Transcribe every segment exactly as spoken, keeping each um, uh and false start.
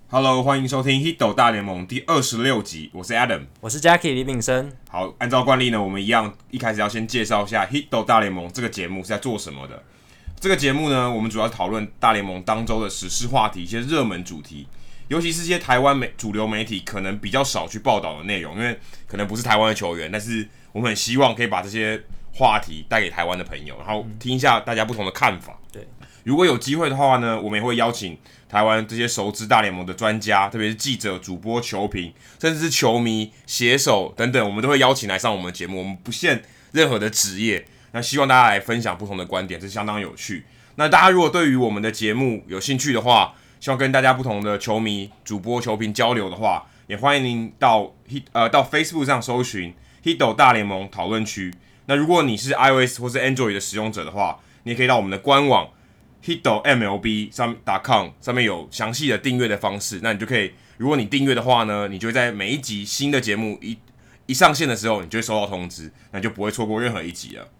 Hello， 欢迎收听《Hito 大联盟》第二十六集，我是 Adam， 我是 Jackie 李炳生。 好，按照惯例呢，我们一样一开始要先介绍一下《Hito 大联盟》这个节目是在做什么的。这个节目呢，我们主要讨论大联盟当周的时事话题，一些热门主题，尤其是一些台湾媒主流媒体可能比较少去报道的内容，因为可能不是台湾的球员，但是我们很希望可以把这些话题带给台湾的朋友，然后听一下大家不同的看法。 对， 如果有机会的话呢，我们也会邀请台湾这些熟知大联盟的专家，特别是记者、主播、球评，甚至是球迷、写手等等，我们都会邀请来上我们的节目。我们不限任何的职业，那希望大家来分享不同的观点，这相当有趣。那大家如果对于我们的节目有兴趣的话，希望跟大家不同的球迷、主播、球评交流的话，也欢迎您到呃到 Facebook 上搜寻 Hito 大联盟讨论区。那如果你是 iOS 或是 Android 的使用者的话，你也可以到我们的官网 hito m l b 上 .com 上面有详细的订阅的方式。那你就可以，如果你订阅的话呢，你就会在每一集新的节目一一上线的时候，你就会收到通知，那你就不会错过任何一集了。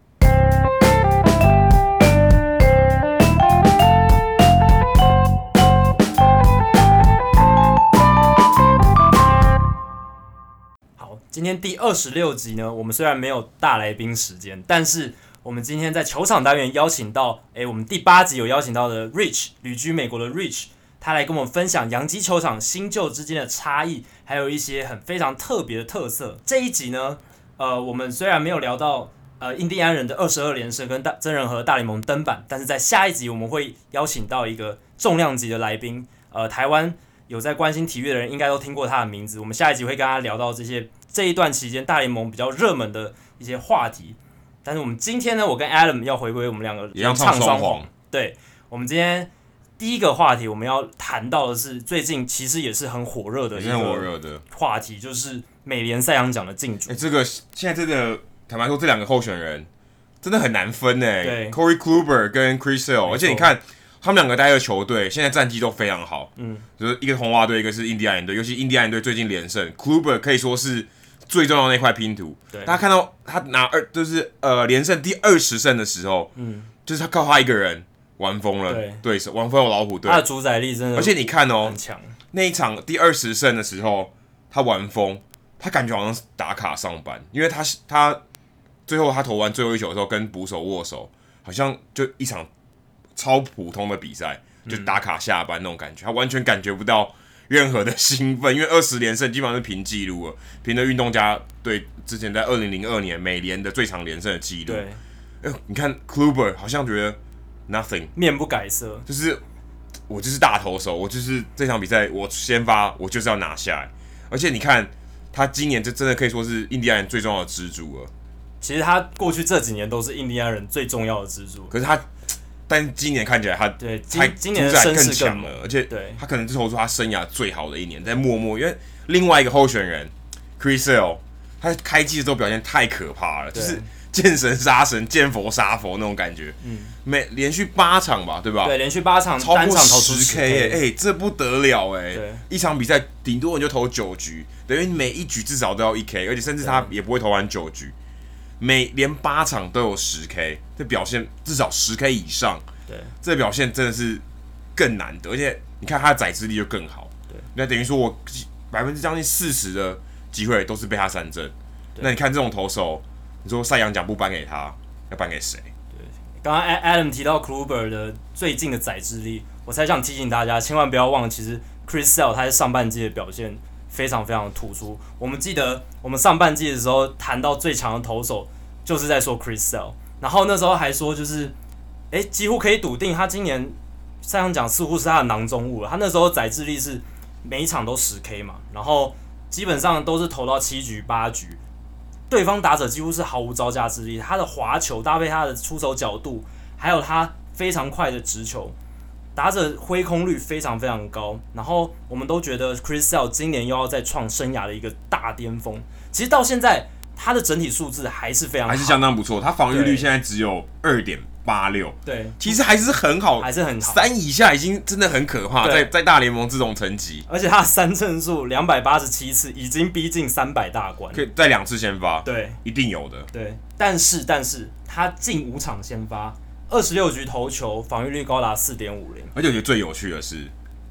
今天第二十六集呢，我们虽然没有大来宾时间，但是我们今天在球场单元邀请到，诶，我们第八集有邀请到的 Rich 旅居美国的 Rich， 他来跟我们分享洋基球场新旧之间的差异，还有一些很非常特别的特色。这一集呢，呃，我们虽然没有聊到呃印第安人的二十二连胜跟大真人和大联盟登板，但是在下一集我们会邀请到一个重量级的来宾，呃，台湾有在关心体育的人应该都听过他的名字。我们下一集会跟他聊到这些。这一段期间，大联盟比较热门的一些话题，但是我们今天呢，我跟 Adam 要回归我们两个一样唱双簧。 对，我们今天第一个话题，我们要谈到的是最近其实也是很火热的一个话题，就是美联赛扬奖的竞逐。 欸、这个现在这个坦白说，这两个候选人真的很难分哎、欸。Corey Kluber 跟 Chris Sale， 而且你看他们两个待的球队现在战绩都非常好，嗯，就是一个红袜队，一个是印第安人队，尤其印第安人队最近连胜 ，Kluber 可以说是最重要的那块拼图。大家看到他拿二，就是呃连胜第二十胜的时候，嗯，就是他靠他一个人玩疯了对手，玩疯了老虎队。 他的主宰力真的， 而且你看哦， 很强。 那一场第二十胜的时候，他玩疯，他感觉好像是打卡上班，因为他他最后他投完最后一球的时候，跟捕手握手，好像就一场超普通的比赛，就打卡下班那种感觉，他完全感觉不到任何的兴奋，因为二十连胜基本上是平纪录了，平的运动家队之前在二零零二年美联的最长连胜的纪录。 对， 哎，你看 Kluber 好像觉得 nothing， 面不改色， 就是我就是大投手，我就是这场比赛我先发，我就是要拿下来。而且你看他今年这真的可以说是印第安人最重要的支柱了。 其实他过去这几年都是印第安人最重要的支柱， 可是他。但今年看起来他对今今年的声势更强了，而且他可能是投出他生涯最好的一年，在默默，因为另外一个候选人 Chris Sale， 他开季的时候表现太可怕了，就是见神杀神、见佛杀佛那种感觉。嗯，每连续八场吧，对吧？ 对，连续八场， 超过十 K， 哎、欸，这不得了哎、欸！一场比赛顶多你就投九局，等于每一局至少都要一 K， 而且甚至他也不会投完九局。每连八场都有十 K， 这表现至少十 K 以上， 对， 这表现真的是更难得，而且你看他的载资力就更好， 对， 那等于说我百分之将近四十的机会都是被他三振，那你看这种投手，你说赛扬奖不颁给他，要颁给谁？ 对，刚刚 Adam 提到 Kluber 的最近的载资力，我才想提醒大家，千万不要忘了，其实 Chris Sale 他在上半季的表现非常非常的突出。我们记得我们上半季的时候谈到最强的投手，就是在说 Chris Sale， 然后那时候还说就是，哎，几乎可以笃定他今年赛扬奖似乎是他的囊中物了。他那时候载智力是每一场都十 K 嘛，然后基本上都是投到七局八局，对方打者几乎是毫无招架之力。他的滑球搭配他的出手角度，还有他非常快的直球。打者挥空率非常非常高，然后我们都觉得 Chris Sale 今年又要再创生涯的一个大巅峰。其实到现在，他的整体数字还是非常好， 还是相当不错。他防御率现在只有 二点八六， 对， 其实还是很好， 还是很好。 三以下已经真的很可怕，在在大联盟这种层级， 而且他的三振数两百八十七次，已经逼近三百大关， 可以在两次先发， 对， 一定有的。 对，但是但是他近五场先发。二十六局投球，防御率高达 四点五零， 而且我觉得最有趣的是，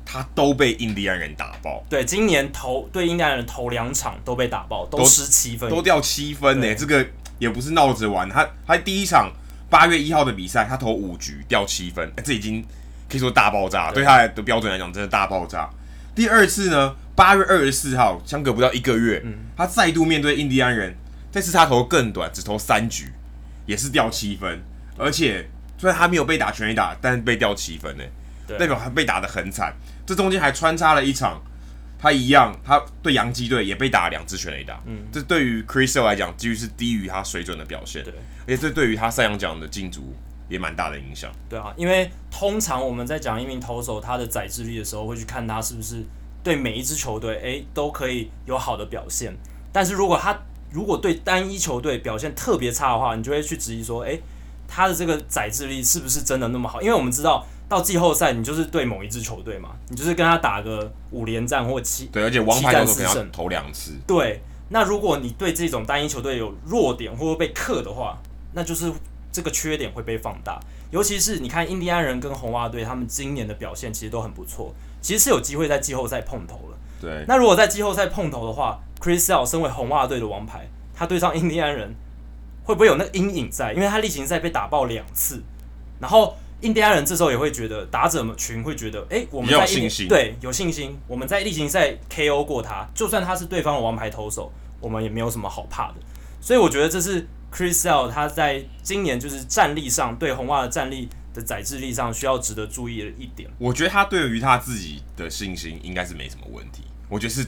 他都被印第安人打爆。 对，今年头对印第安人头两场都被打爆，都失七分， 都掉七分呢、欸，这个也不是闹着玩。他他第一场八月一号的比赛，他投五局掉七分、欸，这已经可以说大爆炸，对他的标准来讲，真的大爆炸。第二次呢，八月二十四号，相隔不到一个月，嗯、他再度面对印第安人，这次他投更短，只投三局，也是掉七分，而且虽然他没有被打全垒打，但是被掉七分呢、欸，代表他被打得很惨。这中间还穿插了一场。他一样，他对洋基队也被打两支全垒打，嗯，这对于 Chris Sale 来讲，几乎是低于他水准的表现，对，而且这对于他赛扬奖的竞逐也蛮大的影响。 对啊，因为通常我们在讲一名投手他的载智力的时候，会去看他是不是对每一支球队，哎，都可以有好的表现。但是如果他如果对单一球队表现特别差的话，你就会去质疑说，哎，他的这个载智力是不是真的那么好？因为我们知道。到季后赛，你就是对某一支球队嘛，你就是跟他打个五连战或七对，而且王牌投手可能要投两次。 对，那如果你对这种单一球队有弱点或者被克的话，那就是这个缺点会被放大。尤其是你看印第安人跟红袜队，他们今年的表现其实都很不错，其实是有机会在季后赛碰头了。 对， 那如果在季后赛碰头的话 ，Chris Sale 身为红袜队的王牌，他对上印第安人，会不会有那个阴影在？因为他例行赛被打爆两次，然后。印第安人这时候也会觉得，打者群会觉得，哎、欸，我们在有信心， 对，有信心。我们在例行赛 K O 过他，就算他是对方的王牌投手，我们也没有什么好怕的。所以我觉得这是 Chris Sale 他在今年就是战力上对红袜的战力的载智力上需要值得注意的一点。 我觉得他对于他自己的信心应该是没什么问题。我觉得是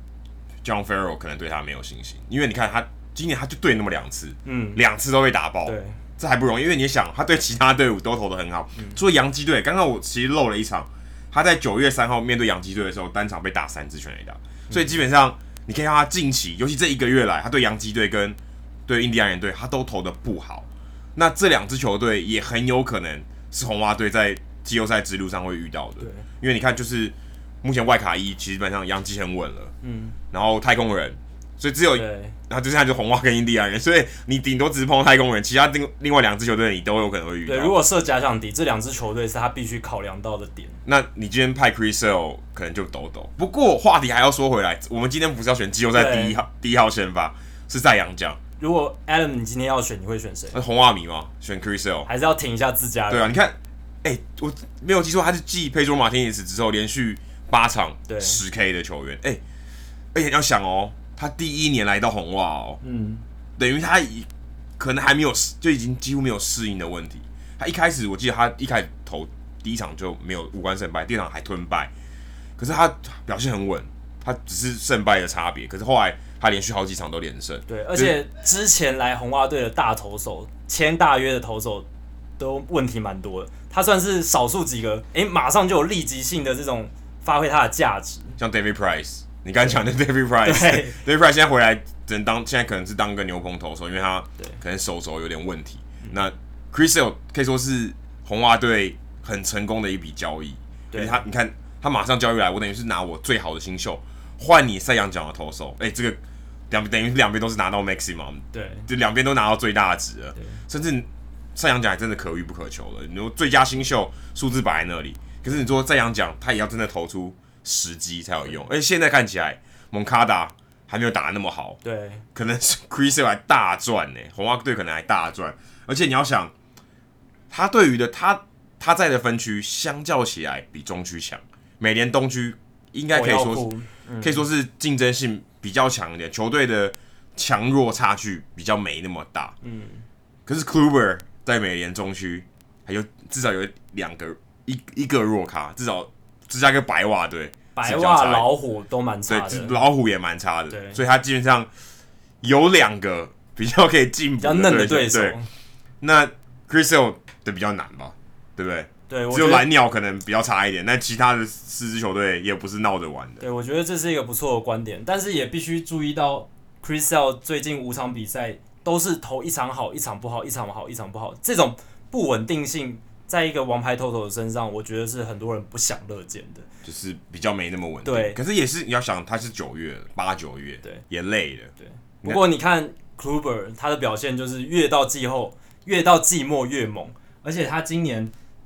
John Farrell 可能对他没有信心，因为你看他今年他就对那么两次，嗯，两次都被打爆， 对。 这还不容易，因为你想，他对其他队伍都投得很好，嗯、除了洋基队，刚刚我其实漏了一场，他在九月三号面对洋基队的时候，单场被打三支全垒打，所以基本上你可以看他近期，尤其这一个月来，他对洋基队跟对印第安人队，他都投得不好。那这两支球队也很有可能是红袜队在季后赛之路上会遇到的，因为你看，就是目前外卡一基本上洋基很稳了，嗯，然后太空人。所以只有，然后就现在就红袜跟印第安人，所以你顶多只是碰到太空人，其他另另外两支球队你都有可能会遇到。 对，如果设假想敌，这两支球队是他必须考量到的点。 那你今天派 Chris Sale 可能就抖抖。不过话题还要说回来，我们今天不是要选季后赛第一号第一号先发，是赛扬奖。 如果 Adam 你今天要选，你会选谁？ 那红袜迷吗？选 Chris Sale， 还是要挺一下自家人？ 对啊，你看，哎、欸，我没有记错，他是继佩佐马天尼斯之后连续八场十 K 的球员，哎、欸，而且你要想哦。他第一年来到红袜哦，嗯，等于他可能还没有就已经几乎没有适应的问题。他一开始我记得他一开始投第一场就没有无关胜败，第二场还吞败，可是他表现很稳，他只是胜败的差别。可是后来他连续好几场都连胜， 对，而且之前来红袜队的大投手签大约的投手都问题蛮多的，他算是少数几个，哎、欸，马上就有立即性的这种发挥他的价值， 像 David Price。你刚讲的 David Price，David Price 现在回来只能当，现在可能是当个牛棚投手，因为他可能手肘有点问题。那 Chris Sale 可以说是红袜队很成功的一笔交易，对他，你看他马上交易来，我等于是拿我最好的新秀换你赛扬奖的投手，哎、欸，这个两等于两边都是拿到 maximum， 对， 就两边都拿到最大值了，甚至赛扬奖还真的可遇不可求了。你说最佳新秀数字摆在那里，可是你说赛扬奖他也要真的投出。时机才有用，而且现在看起来，蒙卡达还没有打得那么好， 对， 可能是 Chris Sale 还大赚呢，红袜队可能还大赚，而且你要想，他对于的他他在的分区相较起来比中区强，美联东区应该可以说是、嗯、可以说是竞争性比较强一点，球队的强弱差距比较没那么大，嗯，可是 Kluber 在美联中区还有至少有两个一一个弱咖，至少。芝加哥白袜队， 白袜、老虎都蛮差的， 对，老虎也蛮差的，所以他基本上有两个比较可以进步的比较嫩的对手。 那 Chris Sale 的比较难吧，对不对？ 对， 只有蓝鸟可能比较差一点，但其他的四支球队也不是闹着玩的。 对，我觉得这是一个不错的观点，但是也必须注意到 Chris Sale 最近五场比赛都是投一场好，一场不好，一场好，一场不好，这种不稳定性。在一个王牌投手的身上，我觉得是很多人不想乐见的， 就是比较没那么稳定。 对， 可是也是你要想，他是九月八九月，对，也累了。 对，不过你看 Kluber 他的表现就是越到季后，越到季末越猛，而且他今年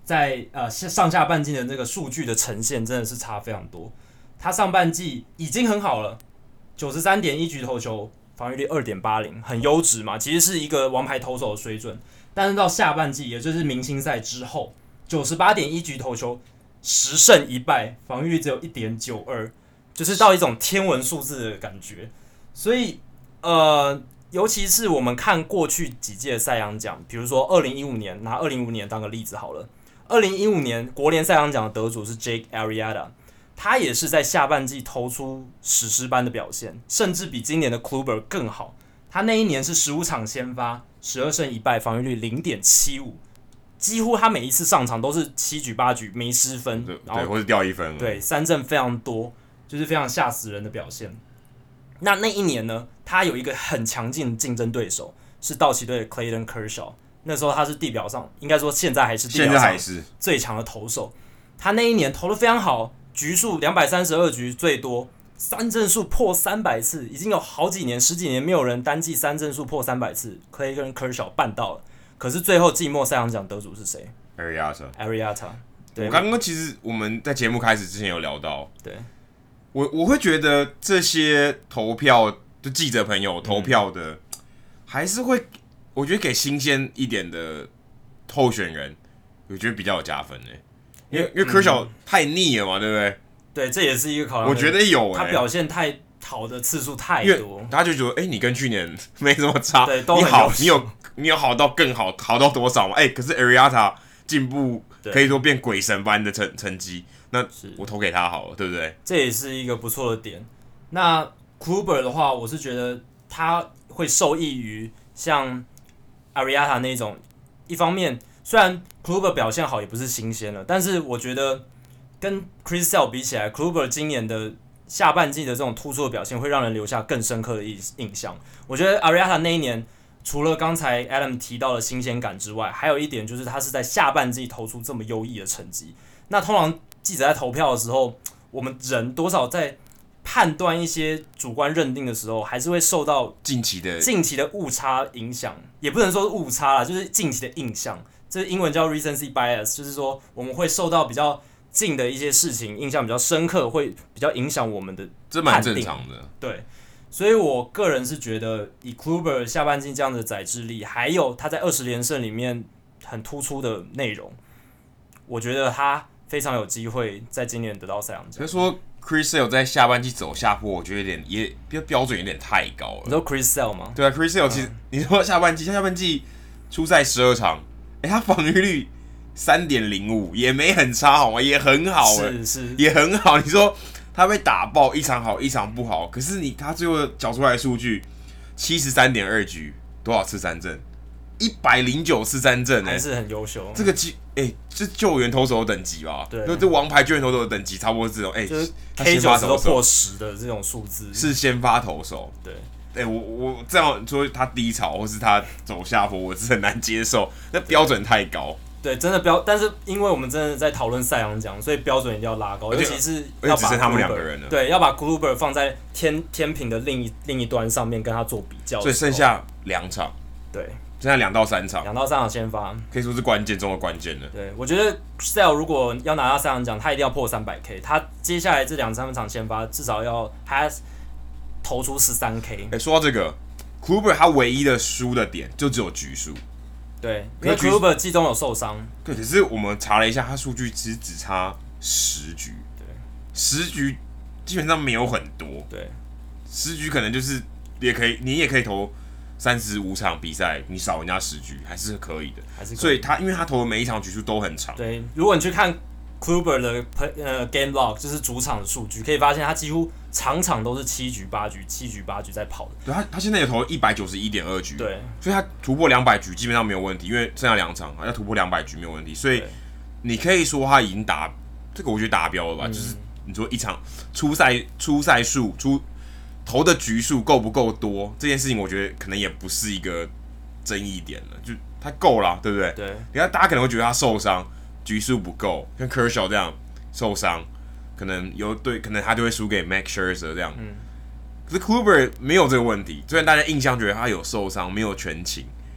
在呃上下半季的那个数据的呈现真的是差非常多。他上半季已经很好了， 九十三点一 局投球，防御率 二点八零， 很优质嘛，其实是一个王牌投手的水准。但是到下半季，也就是明星赛之后， 九十八点一 局投球，十胜一败，防御率只有 一点九二， 就是到一种天文数字的感觉。所以呃，尤其是我们看过去几届的赛扬奖，比如说二零一五年，拿二零一五年当个例子好了。二零一五年国联赛扬奖的得主是 Jake Arrieta， 他也是在下半季投出史诗般的表现，甚至比今年的 Kluber 更好。他那一年是十五场先发，十二胜一败，防御率 零点七五， 几乎他每一次上场都是七局八局没失分， 对， 然后或是掉一分， 对，三振非常多，就是非常吓死人的表现。那那一年呢，他有一个很强劲的竞争对手是道奇队的 Clayton Kershaw， 那时候他是地表上，应该说现在还是地表上最强的投手。他那一年投得非常好，局数两百三十二局最多，三振数破三百次，已经有好几年、十几年没有人单季三振数破三百次 ，Clayton Kershaw 办到了。可是最后季末赛扬奖得主是谁 ？Arrieta。Arrieta。 对， 我刚刚其实我们在节目开始之前有聊到， 对， 我我会觉得这些投票就记者朋友投票的，嗯、还是会，我觉得给新鲜一点的候选人，我觉得比较有加分诶、欸。因为因为 Kershaw 太腻了嘛，对不对？ 对，这也是一个考量。 我觉得有、欸， 他表现太好的次数太多， 他就觉得，哎、欸，你跟去年没什么差， 对，都你好，你有你有好到更好，好到多少嘛？哎、欸，可是 Arrieta 进步可以说变鬼神般的成成绩，那我投给他好了，对不对？ 这也是一个不错的点。那 Kluber 的话，我是觉得他会受益于像 Arrieta 那种，一方面虽然 Kluber 表现好也不是新鲜了，但是我觉得跟 Chris Sale 比起来 ，Kluber 今年的下半季的这种突出的表现，会让人留下更深刻的印象。我觉得 Arrieta 那一年，除了刚才 Adam 提到的新鲜感之外，还有一点就是他是在下半季投出这么优异的成绩。那通常记者在投票的时候，我们人多少在判断一些主观认定的时候，还是会受到近期的近期的误差影响，也不能说是误差啦，就是近期的印象。这英文叫 recency bias， 就是说我们会受到比较近的一些事情印象比较深刻，会比较影响我们的判定。 这蛮正常的。 对，所以我个人是觉得，以 Kluber 下半季这样的载智力，还有他在二十连胜里面很突出的内容，我觉得他非常有机会在今年得到赛扬奖。 所以说 Chris Sale 在下半季走下坡，我觉得有点也标准有点太高了。 你说 Chris Sale 吗？ 对啊 ，Chris Sale 其实、嗯、你说下半季，下半季出赛十二场，哎、欸，他防御率 三点零五 也没很差好吗？也很好哎、 欸，是是， 也很好。你说他被打爆，一场好一场不好，可是你他最后缴出来的数据， 七十三点二 局，多少次三振？一百零九次三振、欸， 还是很优秀。 这个机，哎、欸，这救援投手的等级吧？ 对， 就这王牌救援投手的等级，差不多是这种。哎、欸， 就是 K 九十都破十的这种数字， 是先发投手。 对， 哎、欸，我我这样说，他低潮或是他走下坡，我是很难接受，那标准太高。 对，真的标，但是因为我们真的在讨论赛扬奖，所以标准一定要拉高，尤其是要把 Kluber, 只剩他们两个人了。 对，要把 Kluber 放在天天平的另一另一端上面，跟他做比较。 所以剩下两场， 对， 剩下两到三场， 两到三场先发， 可以说是关键中的关键了。 对，我觉得 Sale 如果要拿到赛扬奖，他一定要破三百 K， 他接下来这两三场先发至少要他投出十三 K。 哎、欸，说到这个 ，Kluber 他唯一的输的点就只有局数。 对，因为 Kluber 季中有受伤。 对，可是我们查了一下，他数据其实只差十局。 对， 十局基本上没有很多。 对， 十局可能就是也可以，你也可以投三十五场比赛，你少人家十局还是可以的。 还是可以。 所以他因为他投的每一场局数都很长。 对，如果你去看 Kluber 的呃 game log， 就是主场的数据，可以发现他几乎场场都是七局八局、七局八局在跑的。 对，他他现在也投一百九十一点二局。 对， 所以他突破两百局基本上没有问题，因为剩下两场要突破两百局没有问题。所以你可以说他已经达这个，我觉得达标了吧？嗯、就是你说一场出赛出赛数出投的局数够不够多这件事情，我觉得可能也不是一个争议点了，就他够了，对不对？ 对。 你看大家可能会觉得他受伤，局数不够，像 Kershaw 这样受伤，可能有对，可能他就会输给 Max Scherzer 这样。嗯。可是 Kluber 没有这个问题，虽然大家印象觉得他有受伤，没有全勤，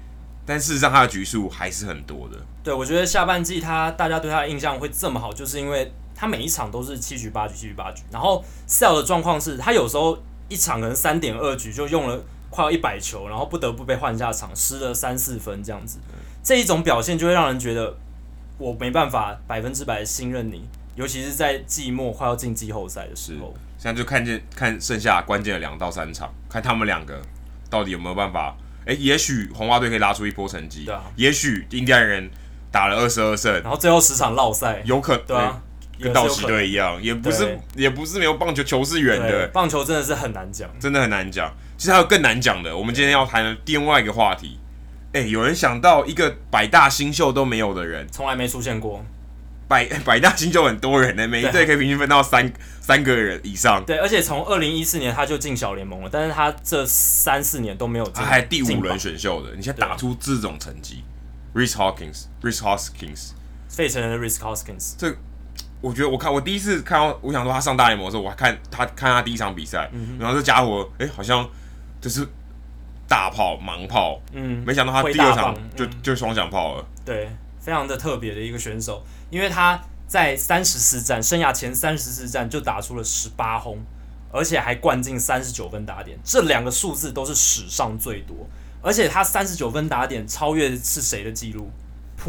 但事实上他的局数还是很多的。 对，我觉得下半季他大家对他的印象会这么好，就是因为他每一场都是七局八局七局八局，然后 Sale 的状况是他有时候一场可能三点二局就用了快要一百球，然后不得不被换下场，失了三四分这样子。这一种表现就会让人觉得我没办法百分之百信任你，尤其是在季末快要进季后赛的时候。 现在就看见看剩下关键的两到三场，看他们两个到底有没有办法。哎、欸，也许红袜队可以拉出一波成绩， 对啊， 也许印第安人打了二十二胜， 然后最后十场落赛， 有可对啊， 欸、跟道奇队一样，也不是也不是没有棒球球是圆的， 棒球真的是很难讲， 真的很难讲。其实还有更难讲的，我们今天要谈的另外一个话题。哎、欸，有人想到一个百大新秀都没有的人， 从来没出现过。 百百大新秀很多人呢、欸，每一队可以平均分到三三个人以上。 对，而且从二零一四年他就进小联盟了，但是他这三四年都没有进， 他还第五轮选秀的，你现在打出这种成绩 ，Rhys Hoskins，Rhys Hoskins， 费城人的 Rhys Hoskins， 这我觉得我看我第一次看到，我想说他上大联盟的时候，我还看他看他第一场比赛，嗯、然后这家伙哎、欸、好像就是大炮盲炮，嗯，没想到他第二场就、嗯、就双响炮了， 对，非常的特别的一个选手。因为他在三十四战，生涯前三十四战就打出了十八轰，而且还灌进三十九分打点，这两个数字都是史上最多。而且他三十九分打点超越是谁的记录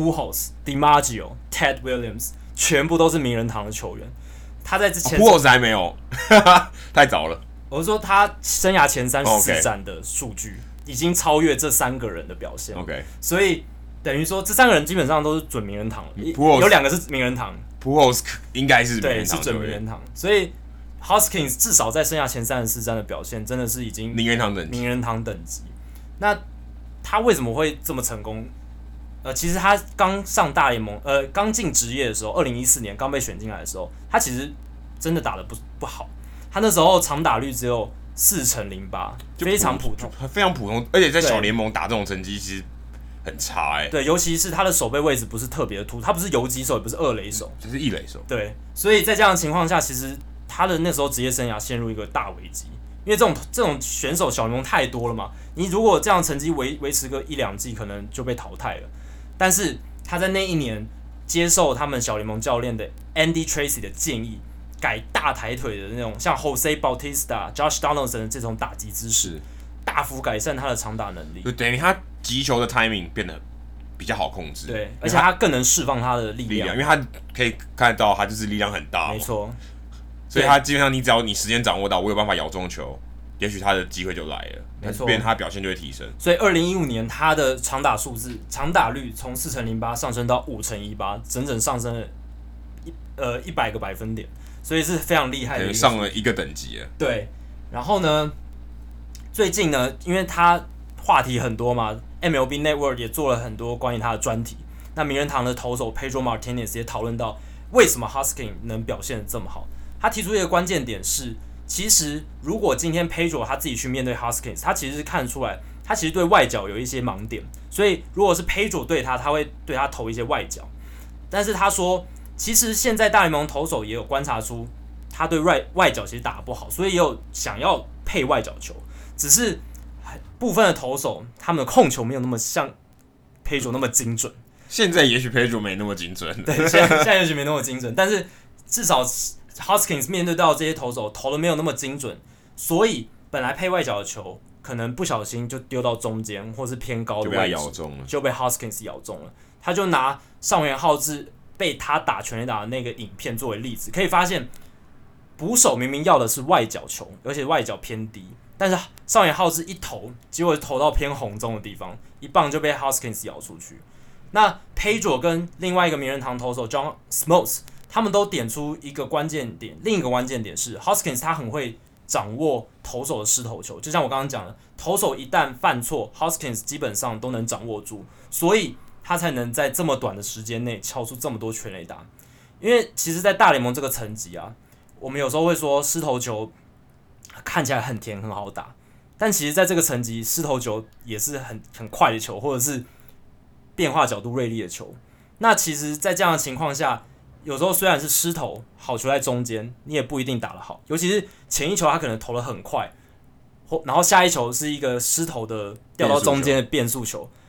？Pujols、DiMaggio、Ted Williams， 全部都是名人堂的球员。他在之前 Pujols 还没有，太早了。 我是说他生涯前三十四战的数据已经超越这三个人的表现。 OK， 所以。等于说，这三个人基本上都是准名人堂了，有两个是名人堂 ，Pujols 应该是名人堂， 对，是准名人堂。所以 Hoskins 至少在生涯前三十四战的表现，真的是已经名人堂等级。 名人堂等级。那他为什么会这么成功？呃，其实他刚上大联盟，呃，刚进职业的时候，二零一四年刚被选进来的时候，他其实真的打得不不好。他那时候长打率只有四成零八，非常普通， 非常普通，而且在小联盟打这种成绩，其实。很差哎、欸， 对，尤其是他的守备位置不是特别的突，他不是游击手，也不是二垒手， 就是一垒手。 对，所以在这样的情况下，其实他的那时候职业生涯陷入一个大危机，因为这种这种选手小联盟太多了嘛，你如果这样成绩维维持个一两季，可能就被淘汰了。但是他在那一年接受他们小联盟教练的 Andy Tracy 的建议，改大抬腿的那种，像 Jose Bautista、Josh Donaldson 的这种打击姿势，大幅改善他的长打能力， 就等于他击球的 timing 变得比较好控制， 对，而且他更能释放他的力量， 力量，因为他可以看到他就是力量很大， 没错， 所以他基本上你只要你时间掌握到，我有办法咬中球，也许他的机会就来了，没错，变他表现就会提升。 所以二零一五年他的长打数字、长打率从四成零八上升到五成一八，整整上升了一呃一百个百分点，所以是非常厉害的一个， 上了一个等级了。 对，然后呢，最近呢，因为他话题很多嘛 ，M L B Network 也做了很多关于他的专题。那名人堂的投手 Pedro Martinez 也讨论到为什么 Hoskins 能表现得这么好。他提出一个关键点是，其实如果今天 Pedro 他自己去面对 Hoskins， 他其实是看出来他其实对外角有一些盲点，所以如果是 Pedro 对他，他会对他投一些外角。但是他说，其实现在大联盟投手也有观察出他对外外角其实打得不好，所以也有想要配外角球，只是部分的投手他们的控球没有那么像 Pedro 那么精准。 现在也许 Pedro 没那么精准， 对，现在现在也许没那么精准，但是至少 Hoskins 面对到这些投手投的没有那么精准，所以本来配外角的球可能不小心就丢到中间或是偏高的位置， 就被他咬中了， 就被 Hoskins 咬中了。他就拿上原浩治被他打全垒打的那个影片作为例子，可以发现捕手明明要的是外角球，而且外角偏低，但是上原浩治一投，结果投到偏红中的地方，一棒就被 Hoskins 咬出去。那 Pedro 跟另外一个名人堂投手 John Smoltz， 他们都点出一个关键点，另一个关键点是 Hoskins 他很会掌握投手的失投球，就像我刚刚讲的，投手一旦犯错 ，Hoskins 基本上都能掌握住，所以他才能在这么短的时间内敲出这么多全垒打。因为其实，在大联盟这个层级啊，我们有时候会说失投球看起来很甜很好打，但其实在这个层级，失投球也是很很快的球，或者是变化角度锐利的球。那其实，在这样的情况下，有时候虽然是失投，好球在中间，你也不一定打得好。尤其是前一球他可能投得很快，然后下一球是一个失投的掉到中间的变速球，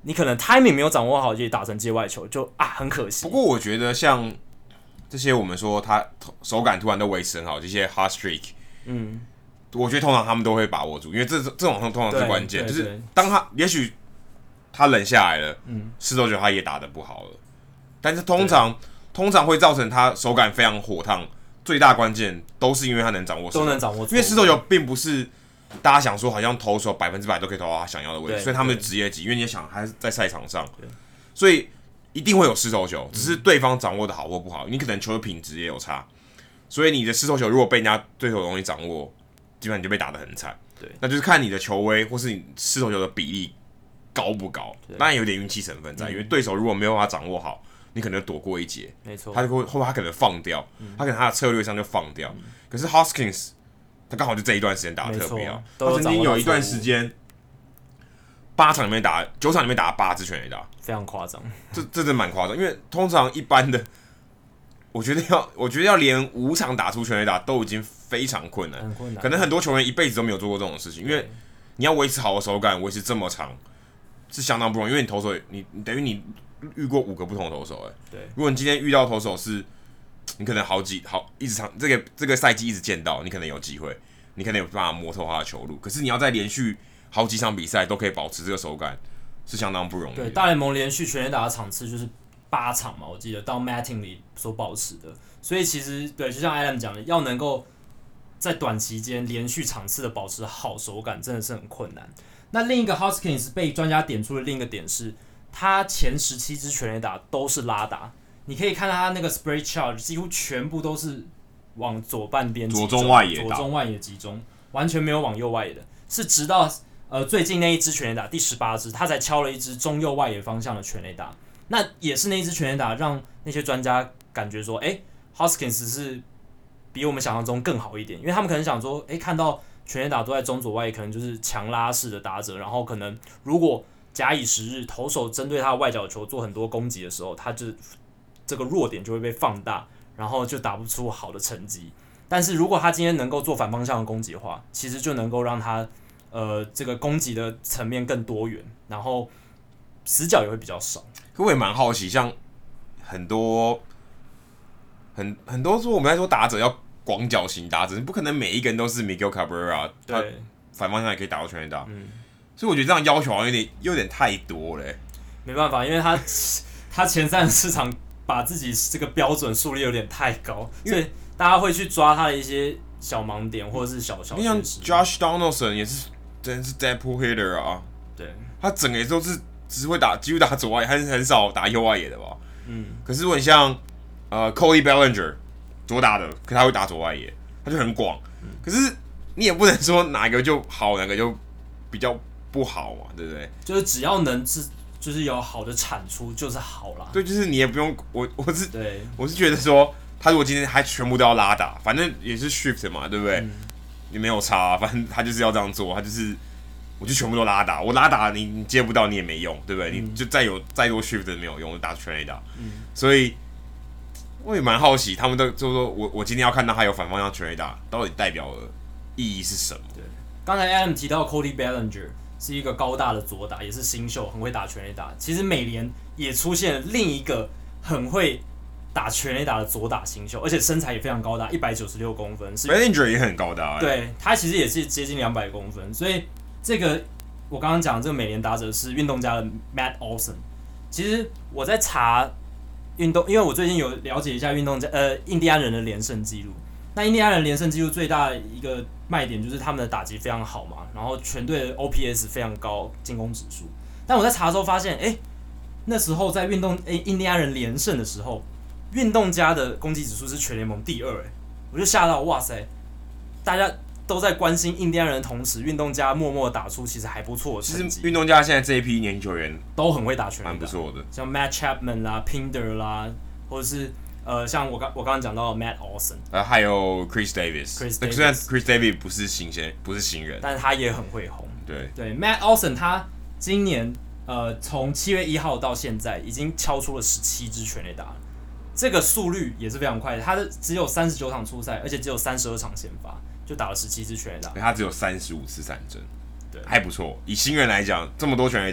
你可能 timing 没有掌握好，就打成界外球，就啊很可惜。 不过我觉得像这些我们说他手感突然都维持很好，这些 hot streak， 嗯，我觉得通常他们都会把握住，因为这这种通常是关键，就是当他也许他冷下来了，嗯，四周球他也打得不好了，但是通常通常会造成他手感非常火烫，最大关键都是因为他能掌握， 都能掌握， 因为四周球并不是大家想说好像投手百分之百都可以投到他想要的位置，所以他们职业级，因为你想还是在赛场上，所以一定会有失投球，只是对方掌握的好或不好，你可能球的品质也有差，所以你的失投球如果被人家对手容易掌握，基本上你就被打得很惨。 对， 那就是看你的球威或是你失投球的比例高不高，当然有点运气成分在，嗯、因为对手如果没有办法掌握好，你可能躲过一劫， 没错， 他就会后来他可能放掉，嗯、他可能他的策略上就放掉。嗯、可是 Hoskins 他刚好就这一段时间打得特别好，他曾经有一段时间八场里面打九场里面打八支全垒打， 非常夸张。 这这真的蛮夸张，因为通常一般的，我觉得要我觉得要连五场打出全垒打都已经非常困难， 很困难。 可能很多球员一辈子都没有做过这种事情，因为你要维持好的手感，维持这么长是相当不容易，因为你投手你你等于你遇过五个不同的投手，哎， 对。 如果你今天遇到投手是，你可能好几好一直长这个这个赛季一直见到，你可能有机会，你可能有办法摸透他的球路，可是你要在连续好几场比赛都可以保持这个手感，是相当不容易的。 对，大联盟连续全垒打的场次就是八场嘛，我记得到 Mattingly 所保持的，所以其实对，就像 Adam 讲的，要能够在短期间连续场次的保持好手感，真的是很困难。那另一个 Hoskins 被专家点出的另一个点是，他前十七支全垒打都是拉打，你可以看到他那个 spray chart 几乎全部都是往左半边集中， 左中外野， 左中外野集中，完全没有往右外野的，是直到呃最近那一支全垒打第十八支，他才敲了一支中右外野方向的全垒打。那也是那一支全垒打让那些专家感觉说，哎、欸、，Hoskins 是比我们想象中更好一点，因为他们可能想说，哎、欸，看到全垒打都在中左外野，可能就是强拉式的打者，然后可能如果假以时日，投手针对他的外角球做很多攻击的时候，他就这个弱点就会被放大，然后就打不出好的成绩。但是如果他今天能够做反方向的攻击的话，其实就能够让他呃这个攻击的层面更多元，然后死角也会比较少。 可我也蛮好奇，像很多很很多说我们在说打者要广角型打者，不可能每一个人都是 Miguel Cabrera， 他反方向也可以打到全垒打。嗯，所以我觉得这样要求好像有点有点太多了、欸。 没办法，因为他他前三十场把自己这个标准树立有点太高，所以大家会去抓他的一些小盲点或者是小小。 像 Josh Donaldson 也是真的是 dead pull hitter 啊， 对， 他整个也都是只会打几乎打左外野，很很少打右外野的吧。 嗯， 可是如果你像呃 Cody Bellinger 左打的，可他会打左外野，他就很广。嗯、可是你也不能说哪一个就好，哪个就比较不好嘛，对不对？ 就是只要能是就是有好的产出就是好啦。 对，就是你也不用我我是对， 我是觉得说他如果今天还全部都要拉打，反正也是 shift 嘛，对不对？嗯、也没有差、啊，反正他就是要这样做，他就是我就全部都拉打，我拉打你你接不到你也没用，对不对？嗯、你就再有再多 shift 都没有用，我打全垒打。嗯、所以我也蛮好奇，他们都就是说我我今天要看到他有反方向全垒打，到底代表的意义是什么？ 对，刚才 Adam 提到 Cody Bellinger 是一个高大的左打，也是新秀，很会打全垒打。其实美联也出现了另一个很会打全垒打的左打新秀，而且身材也非常高大，一百九十六公分。 Bellinger 也很高大、欸， 对，他其实也是接近两百公分。所以这个我刚刚讲的这个美联打者是运动家的 Matt Olson。其实我在查运动，因为我最近有了解一下运动家呃印第安人的连胜记录。那印第安人连胜记录最大的一个卖点就是他们的打击非常好嘛，然后全队的 O P S 非常高，进攻指数。但我在查的时候发现，哎、欸，那时候在运动诶、欸、印第安人连胜的时候，运动家的攻击指数是全联盟第二，哎，我就吓到，哇塞！大家都在关心印第安人的同时，运动家默默打出其实还不错的成绩。 其实运动家现在这一批年轻球员都很会打全垒打， 蛮不错的， 像 Matt Chapman 啦、Pinder 啦，或者是。呃，像我刚我刚刚讲到的 Matt Olson， 呃，还有 Chris Davis， 虽然 Chris Davis 不是新鲜，不是新人， 但是他也很会红。 对对 ，Matt Olson 他今年呃从七月一号到现在已经敲出了十七支全垒打了，这个速率也是非常快的。他的只有三十九场出赛，而且只有三十二场先发，就打了十七支全垒打。 他只有三十五次三振， 对， 还不错。以新人来讲，这么多全垒打，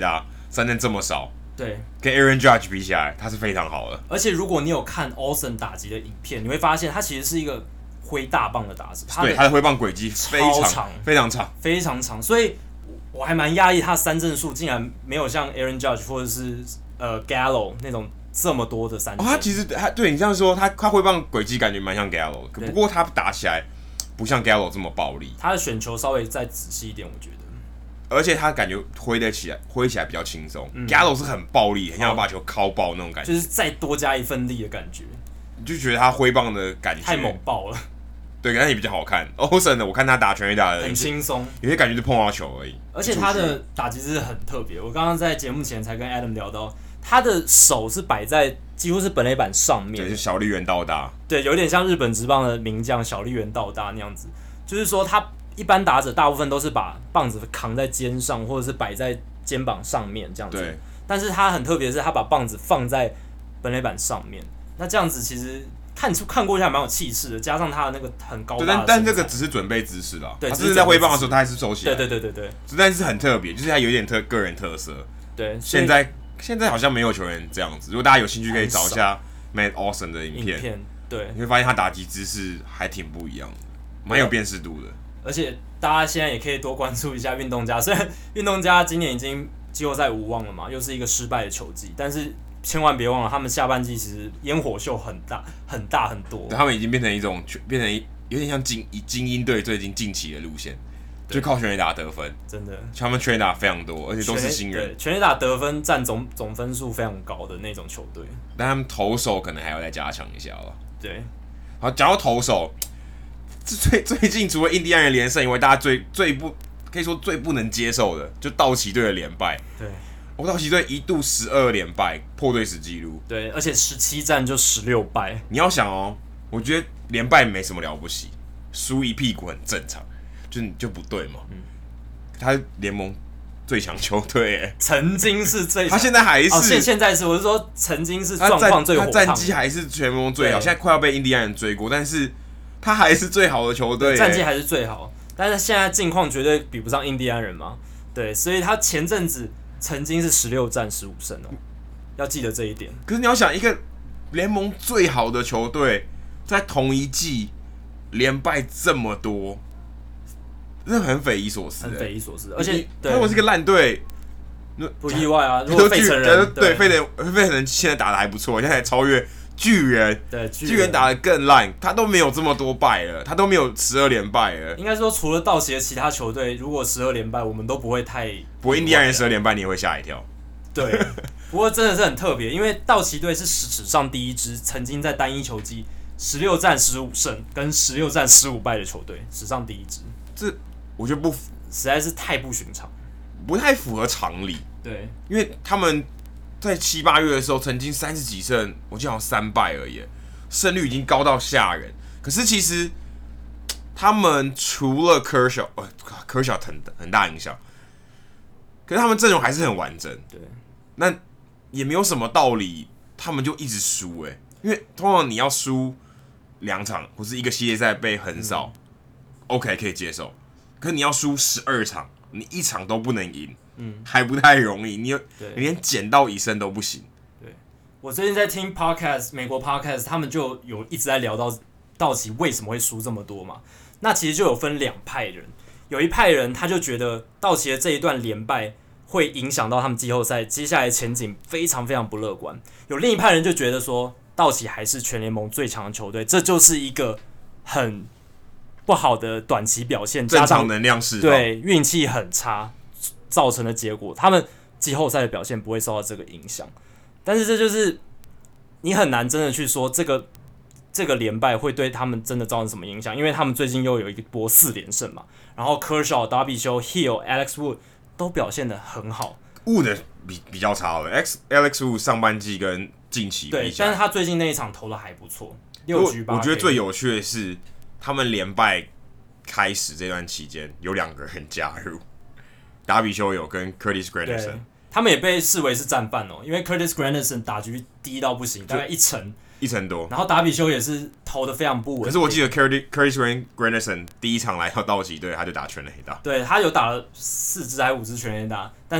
三振这么少， 对， 跟 Aaron Judge 比起来，他是非常好的。 而且如果你有看 Olsen 打击的影片，你会发现他其实是一个挥大棒的打者， 对，他的挥棒轨迹非常长， 非常长， 非常长，所以我还蛮讶异他三振数竟然没有像 Aaron Judge 或者是呃 Gallo 那种这么多的三振。 哦，他其实他对你这样说，他他挥棒轨迹感觉蛮像 Gallo， 不过他打起来不像 Gallo 这么暴力。 他的选球稍微再仔细一点，我觉得。 而且他感觉挥得起来，挥起来比较轻松。嗯、Gallo 是很暴力，很想要把球敲爆那种感觉， 就是再多加一份力的感觉。 你就觉得他挥棒的感觉太猛爆了。 对，但也比较好看。Olsen 的我看他打全垒打的很轻松， 有些感觉就碰到球而已。 而且他的打击姿势很特别。我刚刚在节目前才跟 Adam 聊到，他的手是摆在几乎是本垒板上面， 对，是小笠原道大。 对，有点像日本职棒的名将小笠原道大那样子。就是说他。一般打者大部分都是把棒子扛在肩上，或者是摆在肩膀上面这样子。 对。 但是他很特别的是，他把棒子放在本垒板上面。那这样子其实看出看过去还蛮有气势的，加上他的那个很高大的身材。 对，但但这个只是准备姿势啦。 对， 他只是在挥棒的时候，他还是收起来。 对对对对对。 但是很特别，就是他有点特个人特色。 对。 现在现在好像没有球员这样子。如果大家有兴趣，可以找一下 Matt Olsen 的影片。 影片对。 你会发现他打击姿势还挺不一样的，蛮有辨识度的。 而且大家现在也可以多关注一下运动家，虽然运动家今年已经季后赛无望了嘛，又是一个失败的球季，但是千万别忘了，他们下半季其实烟火秀很大、很大很多。 他们已经变成一种，变成有点像精精英队最近近期的路线，就靠全垒打得分， 真的， 他们全垒打非常多，而且都是新人， 对，全垒打得分占总总分数非常高的那种球队。 但他们投手可能还要再加强一下了。 对， 好，讲到投手。最最近除了印第安人连胜以外，大家最最不可以说最不能接受的，就道奇队的连败。 对， 我、哦、道奇队一度十二连败，破队史纪录。 对，而且十七战就十六败。 你要想哦，我觉得连败没什么了不起，输一屁股很正常，就你就不对嘛。嗯，他联盟最强球队，哎， 曾经是最强， 他现在还是， 哦、现现在是，我是说曾经是状况最火烫， 他战绩还是全联盟最好，现在快要被印第安人追过，但是。他还是最好的球队， 战绩还是最好，但是现在境况绝对比不上印第安人嘛。对，所以他前阵子曾经是十六战十五胜哦，要记得这一点。 可是你要想，一个联盟最好的球队在同一季连败这么多，真的很匪夷所思， 很匪夷所思。而且， 如果是个烂队， 不意外啊。如果费城人对费城费城人现在打得还不错，现在还超越。巨人， 对巨人打得更烂，他都没有这么多败了，他都没有十二连败了。 应该说，除了道奇的其他球队，如果十二连败，我们都不会太。 不过印第安人十二连败，你也会吓一跳。 对，不过真的是很特别，因为道奇队是史上第一支曾经在单一球季十六战十五胜跟十六战十五败的球队，史上第一支。 这我觉得不， 实在是太不寻常， 不太符合常理。 对， 因为他们。在七八月的时候，曾经三十几胜，我记得好像三败而已，胜率已经高到吓人。可是其实他们除了 Kershaw， 呃 Kershaw 很很大影响，可是他们阵容还是很完整。 对， 那也没有什么道理，他们就一直输哎，因为通常你要输两场或是一个系列赛被横扫、嗯、，OK 可以接受。可是你要输十二场，你一场都不能赢。嗯，还不太容易，你有你连捡到一胜都不行。 对，我最近在听 podcast， 美国 podcast， 他们就有一直在聊到道奇为什么会输这么多嘛。那其实就有分两派人，有一派人他就觉得道奇的这一段连败会影响到他们季后赛接下来的前景非常非常不乐观。有另一派人就觉得说，道奇还是全联盟最强的球队，这就是一个很不好的短期表现， 正常能量释放， 对，运气很差。造成的结果，他们季后赛的表现不会受到这个影响，但是这就是你很难真的去说这个这个连败会对他们真的造成什么影响，因为他们最近又有一波四连胜嘛，然后 Kershaw、Darvish、Hill、Alex Wood 都表现得很好 ，Wood 比比较差了 ，Alex Wood 上半季跟近期比对，但是他最近那一场投的还不错，六局八 K。 我觉得最有趣的是，他们连败开始这段期间有两个人加入。达比修有跟 Curtis Granderson， 他们也被视为是战犯哦，因为 Curtis Granderson 打局低到不行，大概一成一成多， 然后达比修也是投的非常不稳。 可是我记得 Curtis Curtis Granderson 第一场来到道奇队，他就打全垒打， 对他有打了四支还是五支全垒打，但是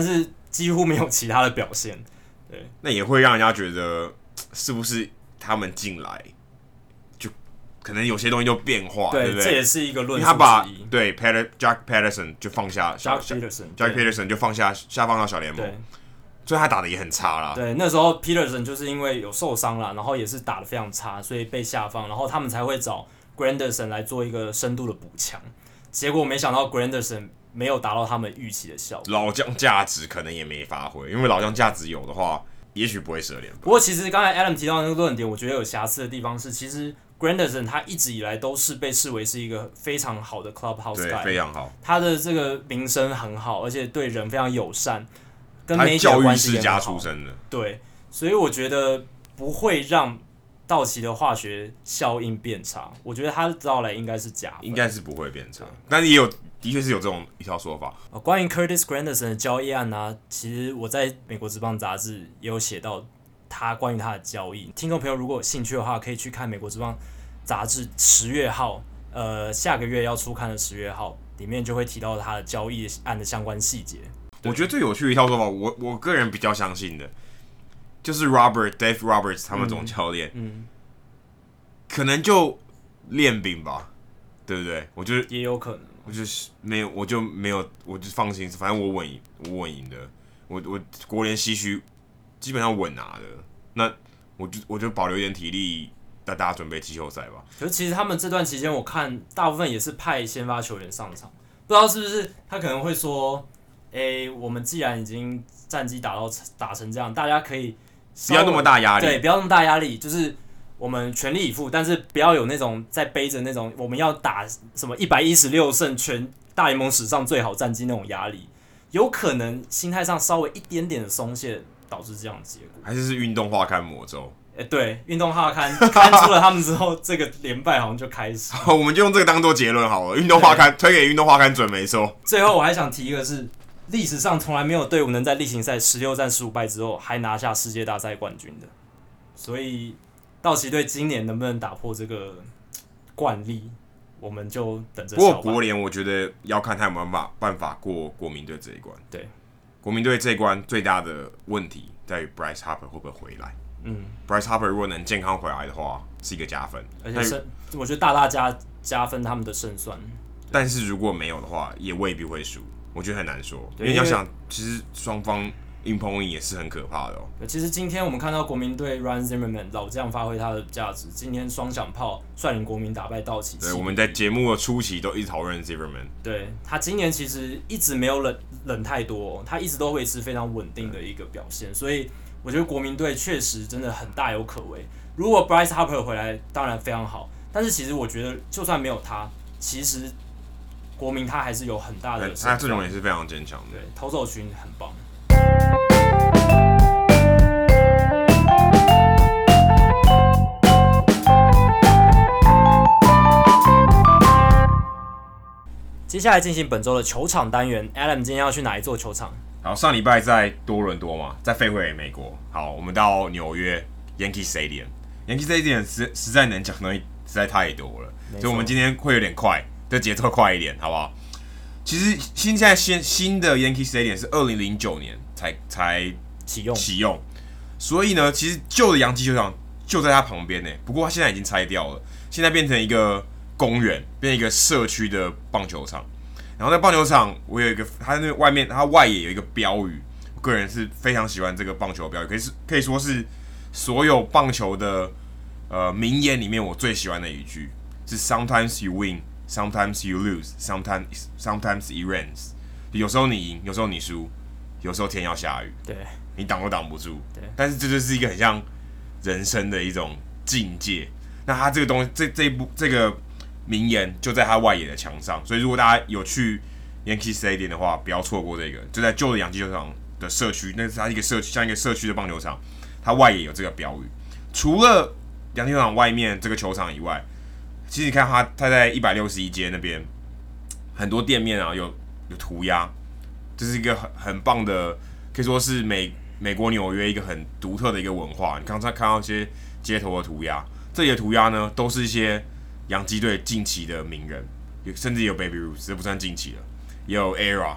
几乎没有其他的表现。对， 那也会让人家觉得是不是他们进来就可能有些东西就变化，对, 对不对？ 这也是一个论述之一。 他把对 Jack Peterson 就放下 ，Jack Peterson，Jack Peterson 就放下下放到小联盟，所以他打的也很差啦。 对，那时候 Peterson 就是因为有受伤啦，然后也是打的非常差，所以被下放，然后他们才会找 Granderson 来做一个深度的补强。结果没想到 Granderson 没有达到他们预期的效果， 老将价值可能也没发挥，因为老将价值有的话，也许不会射联。 不过其实刚才 Adam 提到的那个论点，我觉得有瑕疵的地方是，其实 Granderson 他一直以来都是被视为是一个非常好的 clubhouse guy， 对，非常好， 他的这个名声很好，而且对人非常友善，跟媒体的关系也很好。他教育世家出身的，对，所以我觉得不会让道奇的化学效应变差，我觉得他到来应该是加分， 应该是不会变差，但是也有的确是有这种一条说法。 呃、关于 Curtis Granderson 的交易案呢、啊，其实我在美国职棒杂志也有写到他关于他的交易。听众朋友如果有兴趣的话，可以去看美国职棒杂志十月号，呃，下个月要出刊的十月号，里面就会提到他的交易案的相关细节。 我觉得最有趣的一套说法，我我个人比较相信的。就是 Robert Dave Roberts 他们总教练、嗯嗯，可能就练兵吧，对不对？我觉得也有可能， 我就是没有，我就没有，我就放心，反正我稳赢，我稳赢的，我我国联西区基本上稳拿的，那我就我就保留一点体力，带大家准备季后赛吧。 可是其实他们这段期间，我看大部分也是派先发球员上场，不知道是不是他可能会说，诶，我们既然已经战绩打到打成这样，大家可以。 不要那么大压力， 对，不要那么大压力，就是我们全力以赴，但是不要有那种在背着那种我们要打什么一百一十六胜全大联盟史上最好战绩那种压力，有可能心态上稍微一点点的松懈，导致这样的结果。 还是是运动画刊魔咒？ 哎、欸，对，运动画刊刊出了他们之后，这个连败好像就开始。 我们就用这个当做结论好了，运动画刊推给运动画刊准没错。 最后我还想提一个是。历史上从来没有队伍能在例行赛十六战十五败之后还拿下世界大赛冠军的，所以道奇队今年能不能打破这个惯例，我们就等着。 不过国联我觉得要看他有没有办法办法过国民队这一关。 对， 国民队这一关最大的问题在于 Bryce Harper 会不会回来。嗯 ，Bryce Harper 如果能健康回来的话，是一个加分， 而且胜，我觉得大大加加分他们的胜算。 但是如果没有的话，也未必会输。我觉得很难说，因为你要想，其实双方硬碰硬也是很可怕的哦。 其实今天我们看到国民队 Ryan Zimmerman 老将发挥他的价值，今天双响炮率领国民打败道奇。 对，我们在节目的初期都一直讨论 Zimmerman。 对，他今年其实一直没有冷冷太多、哦，他一直都维持非常稳定的一个表现，所以我觉得国民队确实真的很大有可为。如果 Bryce Harper 回来，当然非常好，但是其实我觉得就算没有他，其实。国民他还是有很大的， 他阵容也是非常坚强的， 对，投手群很棒。接下来进行本周的球场单元 ，Adam 今天要去哪一座球场？ 好，上礼拜在多伦多嘛，再飞回美国。好，我们到纽约 Yankee Stadium。Yankee Stadium 实实在能讲的东西实在太多了，所以我们今天会有点快。的节奏快一点，好不好？其实新现在新新的 Yankee Stadium 是二零零九年才才启用启用，所以呢，其实旧的洋基球场就在它旁边呢。不过它现在已经拆掉了，现在变成一个公园，变成一个社区的棒球场。然后那棒球场，我有一个，它那外面它外野有一个标语，我个人是非常喜欢这个棒球标语，可是可以说是所有棒球的呃名言里面我最喜欢的一句，是 Sometimes you win。Sometimes you lose, sometimes sometimes it rains. 有时候你赢，有时候你输，有时候天要下雨， 对， 你挡都挡不住。 对， 但是这就是一个很像人生的一种境界。那他这个东西，这这一部这个名言就在他外野的墙上，所以如果大家有去 Yankee Stadium 的话，不要错过这个，就在旧的洋基球场的社区，那是它一个社区，像一个社区的棒球场，它外野有这个标语。除了洋基球场外面这个球场以外，其实你看他，他在一百六十一街那边很多店面啊，有有涂鸦，这是一个很很棒的，可以说是美美国纽约一个很独特的一个文化。你刚才看到一些街头的涂鸦，这里的涂鸦呢，都是一些洋基队近期的名人，甚至有 Baby Ruth， 这不算近期了，也有 Era，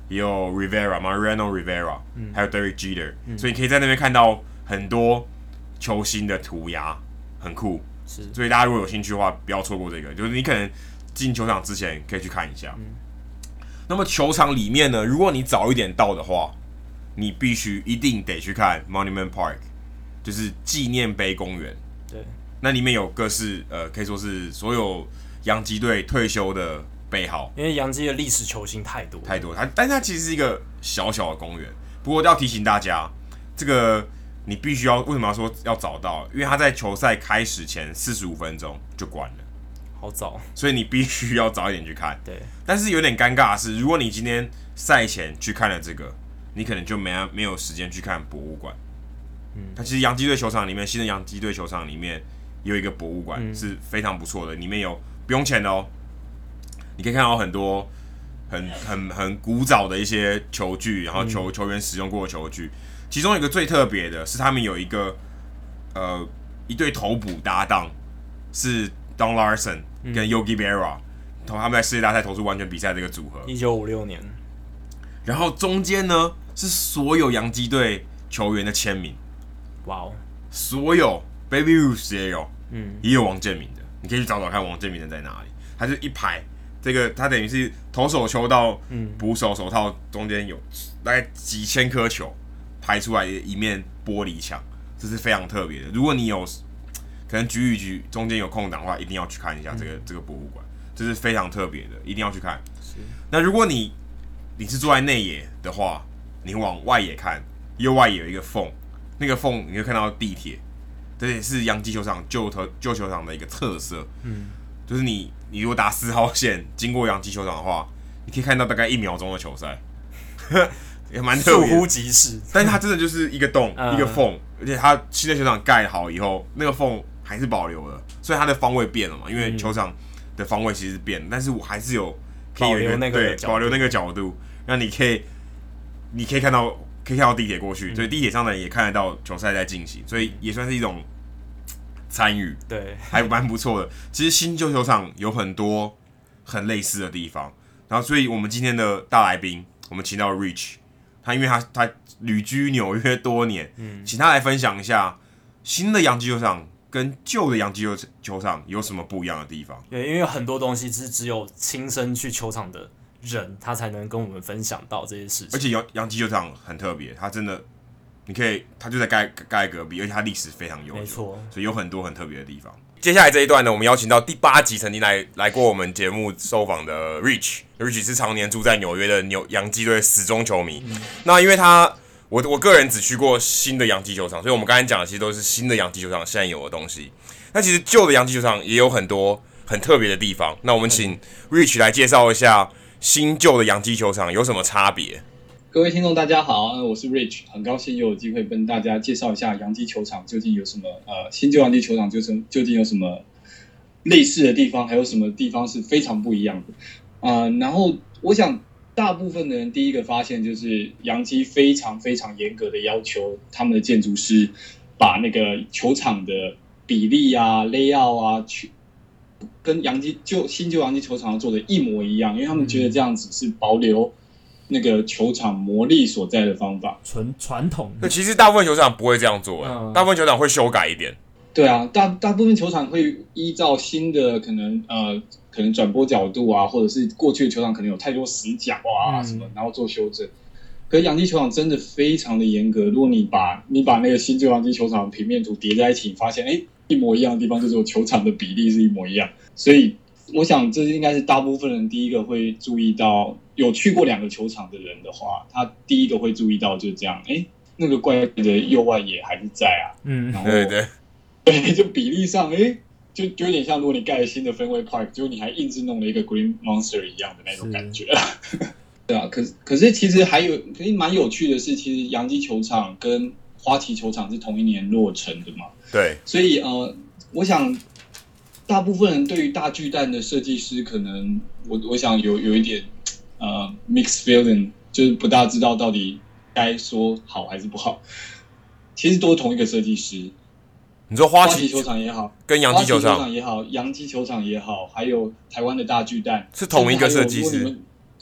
也有 Rivera、Mariano Rivera，、嗯、还有 Derek Jeter，、嗯、所以你可以在那边看到很多球星的涂鸦，很酷。 是， 所以大家如果有兴趣的话，不要错过这个。就是你可能进球场之前可以去看一下。嗯、那么球场里面呢，如果你早一点到的话，你必须一定得去看 Monument Park， 就是纪念碑公园。 对， 那里面有各式呃，可以说是所有洋基队退休的碑号。 因为洋基的历史球星太多太多，它但是它其实是一个小小的公园。不过要提醒大家，这个。你必须要为什么要说要早到？因为他在球赛开始前四十五分钟就关了， 好早， 所以你必须要早一点去看。 对， 但是有点尴尬的是，如果你今天赛前去看了这个，你可能就没没有时间去看博物馆。嗯，它其实洋基队球场里面，新的洋基队球场里面有一个博物馆、嗯、是非常不错的，里面有不用钱的哦，你可以看到很多很很很古早的一些球具，然后球、嗯、球员使用过的球具。其中有一个最特别的是，他们有一个呃一对投捕搭档，是 Don Larson 跟 Yogi Berra，、嗯、他们在世界大赛投出完全比赛的这个组合。 一九五六年。 然后中间呢是所有洋基队球员的签名。 哇哦！ 所有 Baby Ruth 也有，嗯，也有王建民的，你可以去找找看王建民的在哪里。他就一排，这个他等于是投手球到捕手手套中间有大概几千颗球。排出来的一面玻璃墙，这是非常特别的。如果你有可能局与局中间有空档的话，一定要去看一下这个、嗯、这个博物馆，这是非常特别的，一定要去看。那如果你你是坐在内野的话，你往外野看，右外野有一个缝，那个缝你会看到地铁，这也是洋基球场旧旧球场的一个特色。嗯，就是你你如果打四号线经过洋基球场的话，你可以看到大概一秒钟的球赛。也蛮特别， 倏忽即逝。 但是它真的就是一个洞，嗯、一个缝，而且它新的球场盖好以后，那个缝还是保留了，所以它的方位变了嘛，因为球场的方位其实变了，但是我还是有可以有一个保留那个对保留那个角度，让你可以你可以看到可以看到地铁过去，嗯、所以地铁上的人也看得到球赛在进行，所以也算是一种参与， 对， 还蛮不错的。其实新旧球场有很多很类似的地方，然后所以我们今天的大来宾，我们请到 Rich。他因为他他旅居纽约多年，嗯，请他来分享一下新的洋基球场跟旧的洋基球场有什么不一样的地方。 对，因为有很多东西是只有亲身去球场的人，他才能跟我们分享到这些事情。 而且洋洋基球场很特别，它真的，你可以，它就在盖盖隔壁，而且它历史非常悠久， 没错， 所以有很多很特别的地方。接下来这一段呢，我们邀请到第八集曾经来来过我们节目受访的 Rich，Rich 是常年住在纽约的纽洋基队死忠球迷。嗯、那因为他我我个人只去过新的洋基球场，所以我们刚才讲的其实都是新的洋基球场现在有的东西。那其实旧的洋基球场也有很多很特别的地方。那我们请 Rich 来介绍一下新旧的洋基球场有什么差别。 各位听众大家好，我是 Rich， 很高兴又有机会跟大家介绍一下洋基球场究竟有什么呃新旧洋基球场究竟究竟有什么类似的地方，还有什么地方是非常不一样的啊、呃？然后我想大部分的人第一个发现就是洋基非常非常严格的要求他们的建筑师把那个球场的比例啊、layout 啊，跟洋基旧新旧洋基球场做的一模一样，因为他们觉得这样子是保留那个球场魔力所在的方法， 纯传统。 对，其实大部分球场不会这样做、嗯，大部分球场会修改一点。 对啊，大大部分球场会依照新的可能呃可能转播角度啊，或者是过去的球场可能有太多死角啊什么，嗯、然后做修正。可是洋基球场真的非常的严格，如果你把你把那个新旧洋基球场平面图叠在一起，你发现哎一模一样的地方，就是有球场的比例是一模一样，所以我想这应该是大部分人第一个会注意到。有去过两个球场的人的话，他第一个会注意到就是这样，哎，那个怪的右外野还是在啊，嗯，然后对对对，就比例上，哎，就就有点像如果你盖了新的Fenway Park，结果你还硬是弄了一个 Green Monster 一样的那种感觉，对啊，可是可是其实还有可以蛮有趣的是，其实洋基球场跟花旗球场是同一年落成的嘛， 对， 所以呃，我想大部分人对于大巨蛋的设计师，可能我我想有有一点。呃 ，mixed feeling 就是不大知道到底该说好还是不好。其实都是同一个设计师。 你说花旗球场也好， 跟洋基球场也好，洋基球场也好，还有台湾的大巨蛋是同一个设计师。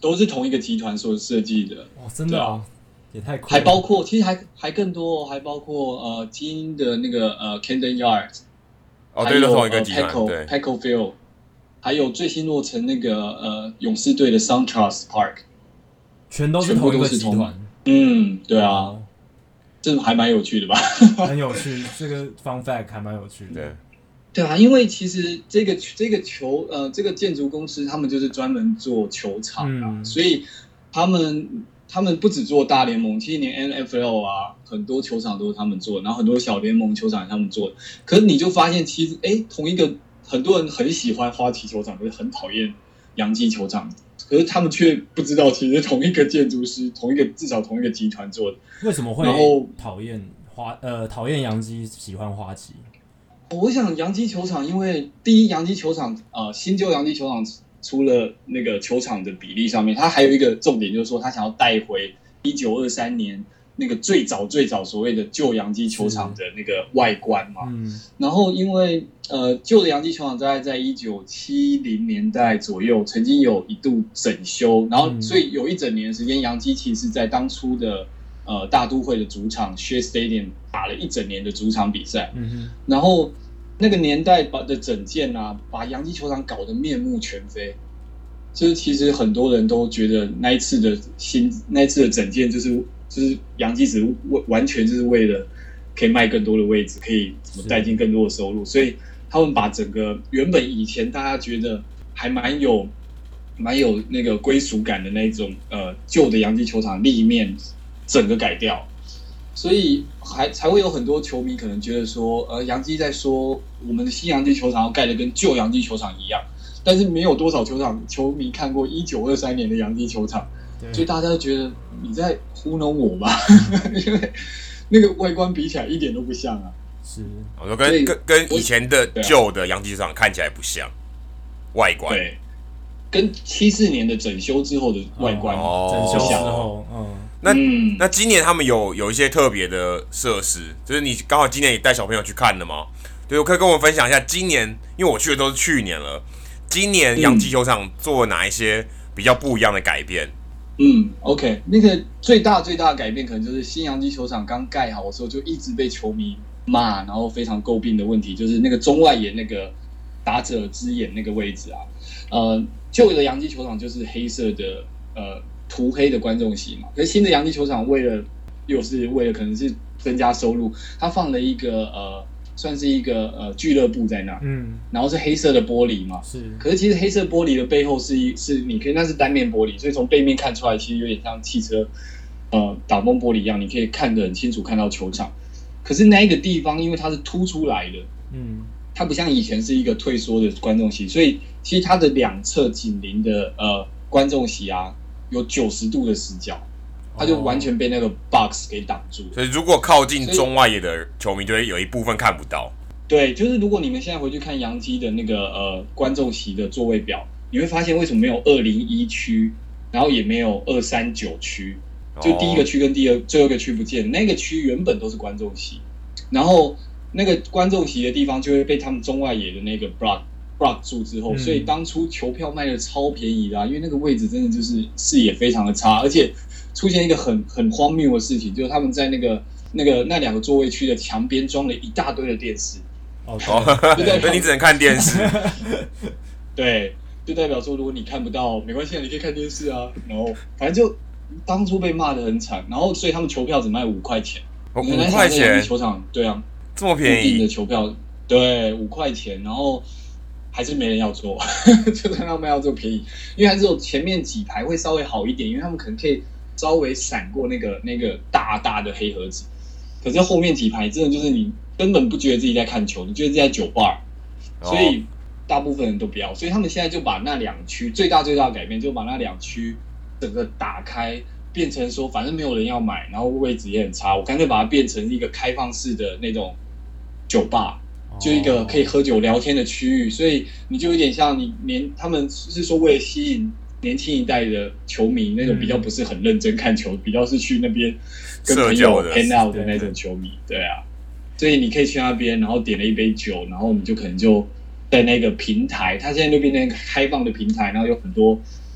都是同一个集团所设计的。 哇，真的啊，也太酷了。 还包括其实还还更多、哦，还包括呃基因的那个呃 Camden Yards， 哦，对，都同一个集团， 呃、 对 Petco Field， 还有最新落成那个呃勇士队的 SunTrust Park， 全都是同一个集团。 嗯，对啊。哦，这还蛮有趣的吧？ 很有趣，这个 fun fact 还蛮有趣的。 对， 对啊，因为其实这个这个球呃这个建筑公司他们就是专门做球场啊，嗯、所以他们他们不只做大联盟，其实连 N F L 啊很多球场都是他们做的，然后很多小联盟球场也是他们做的。可是你就发现，其实哎，同一个很多人很喜欢花旗球场，可是很讨厌洋基球场。可是他们却不知道，其实同一个建筑师，同一个至少同一个集团做的。 为什么会讨厌花呃讨厌洋基，喜欢花旗？ 我想洋基球场，因为第一，洋基球场呃新旧洋基球场除了那个球场的比例上面，它还有一个重点就是说，它想要带回一九二三年那个最早最早所谓的旧洋基球场的那个外观嘛。嗯。然后因为呃旧的洋基球场大概在一九七零年代左右曾经有一度整修，然后所以有一整年的时间，洋基其实是在当初的呃大都会的主场 Shea Stadium 打了一整年的主场比赛。嗯哼。然后那个年代把的整建啊，把洋基球场搞得面目全非。就是其实很多人都觉得那一次的新那一次的整建就是就是洋基只完全就是为了可以卖更多的位置，可以怎么带进更多的收入，所以他们把整个原本以前大家觉得还蛮有蛮有那个归属感的那种呃旧的洋基球场立面整个改掉。所以还才会有很多球迷可能觉得说，呃，洋基在说我们的新洋基球场要盖得跟旧洋基球场一样，但是没有多少球场球迷看过一九二三年的洋基球场，所以大家都觉得你在糊弄我吧，因为那个外观比起来一点都不像啊。 是， 我说跟跟跟以前的旧的洋基球场看起来不像，外观对，跟七四年的整修之后的外观整修之后，嗯。 那、嗯、那今年他们有有一些特别的设施，就是你刚好今年也带小朋友去看了吗？对，我可以跟我们分享一下今年，因为我去的都是去年了，今年洋基球场做了哪一些比较不一样的改变？ 嗯 ，OK， 那个最大最大的改变可能就是新洋基球场刚盖好的时候就一直被球迷骂，然后非常诟病的问题，就是那个中外野那个打者之眼那个位置啊，呃，旧的洋基球场就是黑色的，呃。涂黑的观众席嘛，可是新的洋基球场为了又是为了可能是增加收入，他放了一个呃算是一个呃俱乐部在那，嗯，然后是黑色的玻璃嘛，是，可是其实黑色玻璃的背后是一是你可以那是单面玻璃，所以从背面看出来其实有点像汽车呃挡风玻璃一样，你可以看得很清楚看到球场，可是那一个地方因为它是凸出来的，嗯，它不像以前是一个退缩的观众席，所以其实它的两侧紧邻的呃观众席啊。有九十度的死角，他就完全被那个 box 给挡住。 所以如果靠近中外野的球迷，就会有一部分看不到。 对，就是如果你们现在回去看洋基的那个呃观众席的座位表，你会发现为什么没有二零一区，然后也没有二三九区，就第一个区跟第二最后一个区不见，那个区原本都是观众席，然后那个观众席的地方就会被他们中外野的那个 block。block 住之后，所以当初球票卖的超便宜的、啊，因为那个位置真的就是视野非常的差，而且出现一个很很荒谬的事情，就是他们在那个那个那两个座位区的墙边装了一大堆的电视， 哦，所以你只能看电视， 对，就代表说如果你看不到没关系，你可以看电视啊，然后反正就当初被骂的很惨，然后所以他们球票只卖五块钱， 五块钱球场对啊， 这么便宜的球票对五块钱，然后。还是没人要做，就算他们要做便宜，因为还是有前面几排会稍微好一点，因为他们可能可以稍微闪过那个那个大大的黑盒子。可是后面几排真的就是你根本不觉得自己在看球，你觉得自己在酒吧，所以大部分人都不要。所以他们现在就把那两区最大最大的改变，就把那两区整个打开，变成说反正没有人要买，然后位置也很差，我干脆把它变成一个开放式的那种酒吧。就一个可以喝酒聊天的区域，所以你就有点像你年他们是说为了吸引年轻一代的球迷，那种比较不是很认真看球，比较是去那边跟朋友 hang out 的那种球迷，对啊，所以你可以去那边，然后点了一杯酒，然后你就可能就在那个平台，它现在那边那个开放的平台，然后有很多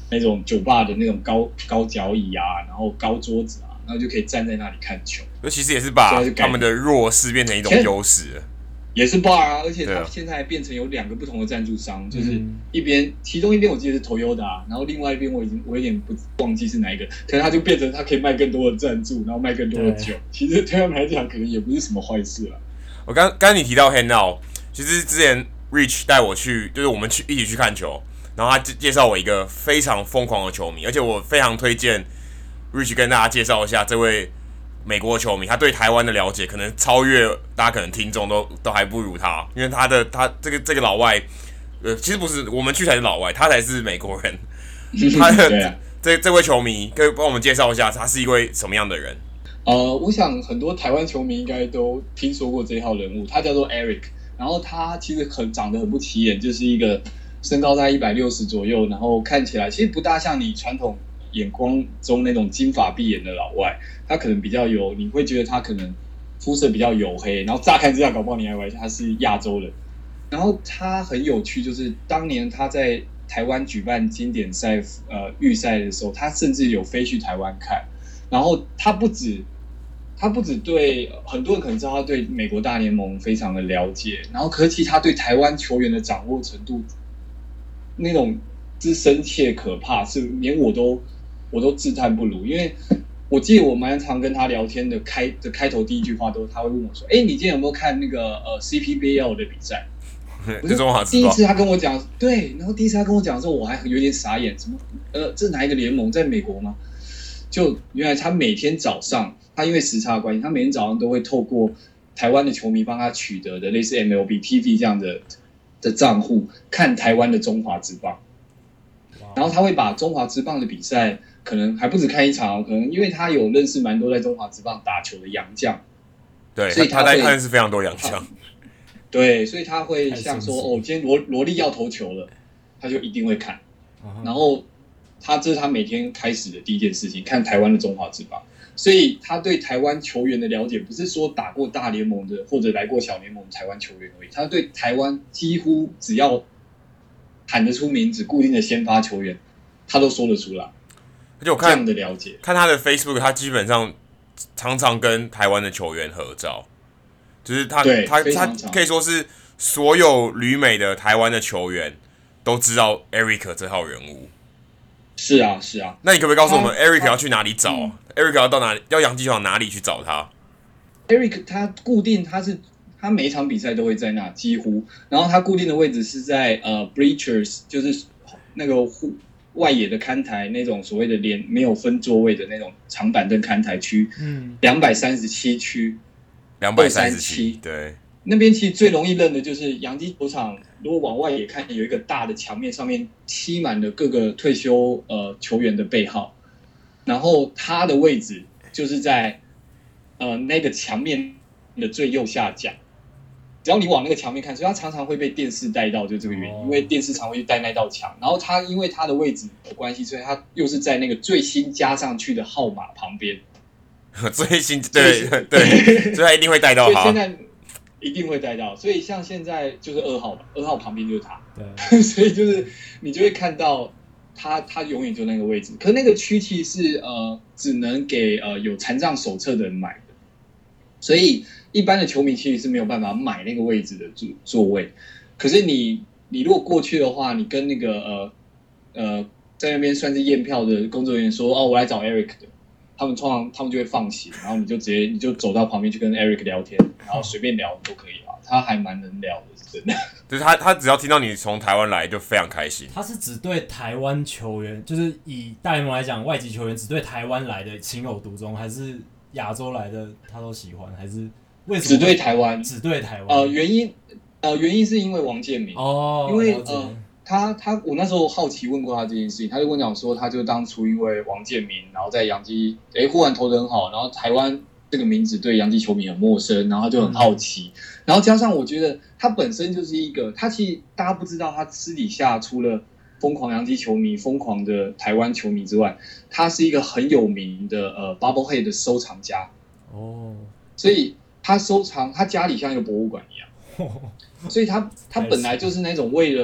那种酒吧的那种高高脚椅啊，然后高桌子啊，然后就可以站在那里看球。 这其实也是把他们的弱势变成一种优势了。 也是 bar 啊，而且它现在还变成有两个不同的赞助商，就是一边，其中一边我记得是 Toyota， 然后另外一边我已经我有点不忘记是哪一个，可能它就变成它可以卖更多的赞助，然后卖更多的酒，其实对他们来讲可能也不是什么坏事啦。 我刚刚你提到 Handout， 其实之前 Rich 带我去，就是我们去一起去看球，然后他介绍我一个非常疯狂的球迷，而且我非常推荐 Rich 跟大家介绍一下这位美国球迷，他对台湾的了解可能超越大家可能听众都都还不如他，因为他的他这个这个老外，呃，其实不是我们去才是老外，他才是美国人。他的、啊、这这位球迷，可以帮我们介绍一下，他是一位什么样的人？ 呃，我想很多台湾球迷应该都听说过这号人物，他叫做 Eric， 然后他其实很长得很不起眼，就是一个身高在一百六十左右，然后看起来其实不大像你传统眼光中那种金发碧眼的老外，他可能比较有，你会觉得他可能肤色比较黝黑，然后乍看之下搞不好你还以为他是亚洲人。然后他很有趣，就是当年他在台湾举办经典赛呃预赛的时候，他甚至有飞去台湾看。然后他不止他不止对很多人可能知道他对美国大联盟非常的了解，然后可其实他对台湾球员的掌握程度那种之深切可怕，是连我都我都自叹不如。因为我记得我蛮常跟他聊天的开的开头第一句话都他会问我说：“哎，你今天有没有看那个呃 C P B L 的比赛？”第一次他跟我讲，对，然后第一次他跟我讲的时候，我还有点傻眼，什么呃，这是哪一个联盟？在美国吗？就原来他每天早上，他因为时差的关系，他每天早上都会透过台湾的球迷帮他取得的类似 M L B T V 这样的的账户，看台湾的中华职棒。然后他会把中华职棒的比赛，可能还不止看一场，可能因为他有认识蛮多在中华职棒打球的洋将， 对，所以他在认识非常多洋将。 对，所以他会像说，哦，今天罗罗莉要投球了，他就一定会看。然后他这是他每天开始的第一件事情，看台湾的中华职棒。所以他对台湾球员的了解，不是说打过大联盟的或者来过小联盟的台湾球员而已，他对台湾几乎只要喊得出名字，固定的先发球员，他都说得出来。 而且我看这样的了解， 看他的 Facebook， 他基本上常常跟台湾的球员合照，就是他他他可以说是所有旅美的台湾的球员都知道 Eric 这号人物。 是啊，是啊。 那你可不可以告诉我们 Eric 要去哪里找、嗯、？Eric 要到哪里？要洋基球场哪里去找他 ？Eric 他固定他是他每一场比赛都会在那，几乎。然后他固定的位置是在呃 bleachers， 就是那个户外野的看台那种所谓的连没有分座位的那种长板凳看台区，嗯，两百三十七区， 两百三十七，对。 那边其实最容易认的就是洋基球场，如果往外野看，有一个大的墙面，上面漆满了各个退休呃球员的背号，然后他的位置就是在呃那个墙面的最右下角。只要你往那个墙面看，所以他常常会被电视带到，就这个原因，因为电视常会去带那道墙。然后他因为他的位置的关系，所以他又是在那个最新加上去的号码旁边。 最新对对，所以他一定会带到他。 所以现在一定会带到，所以像现在就是二号吧，二号旁边就是他，对，所以就是你就会看到他，他永远就那个位置。可那个区其实是呃，只能给呃有残障手册的人买的，所以一般的球迷其实是没有办法买那个位置的座座位。可是你你如果过去的话，你跟那个呃呃在那边算是验票的工作人员说，哦，我来找 Eric 的。他们通常他们就会放弃，然后你就直接你就走到旁边去跟 Eric 聊天，然后随便聊都可以啊。他还蛮能聊的，真的。 就是他他只要听到你从台湾来就非常开心。 他是只对台湾球员，就是以大联盟来讲，外籍球员只对台湾来的情有独钟，还是亚洲来的他都喜欢，还是为什么？ 只对台湾， 只对台湾。 呃，原因呃原因是因为王建民哦， 因为呃。他他我那时候好奇问过他这件事情，他就跟我讲说，他就当初因为王建民，然后在洋基，哎，忽然投得很好，然后台湾这个名字对洋基球迷很陌生，然后他就很好奇，嗯、然后加上我觉得他本身就是一个，他其实大家不知道，他私底下除了疯狂洋基球迷、疯狂的台湾球迷之外，他是一个很有名的呃 Bobblehead 的收藏家哦，所以他收藏他家里像一个博物馆一样，所以他他本来就是那种为了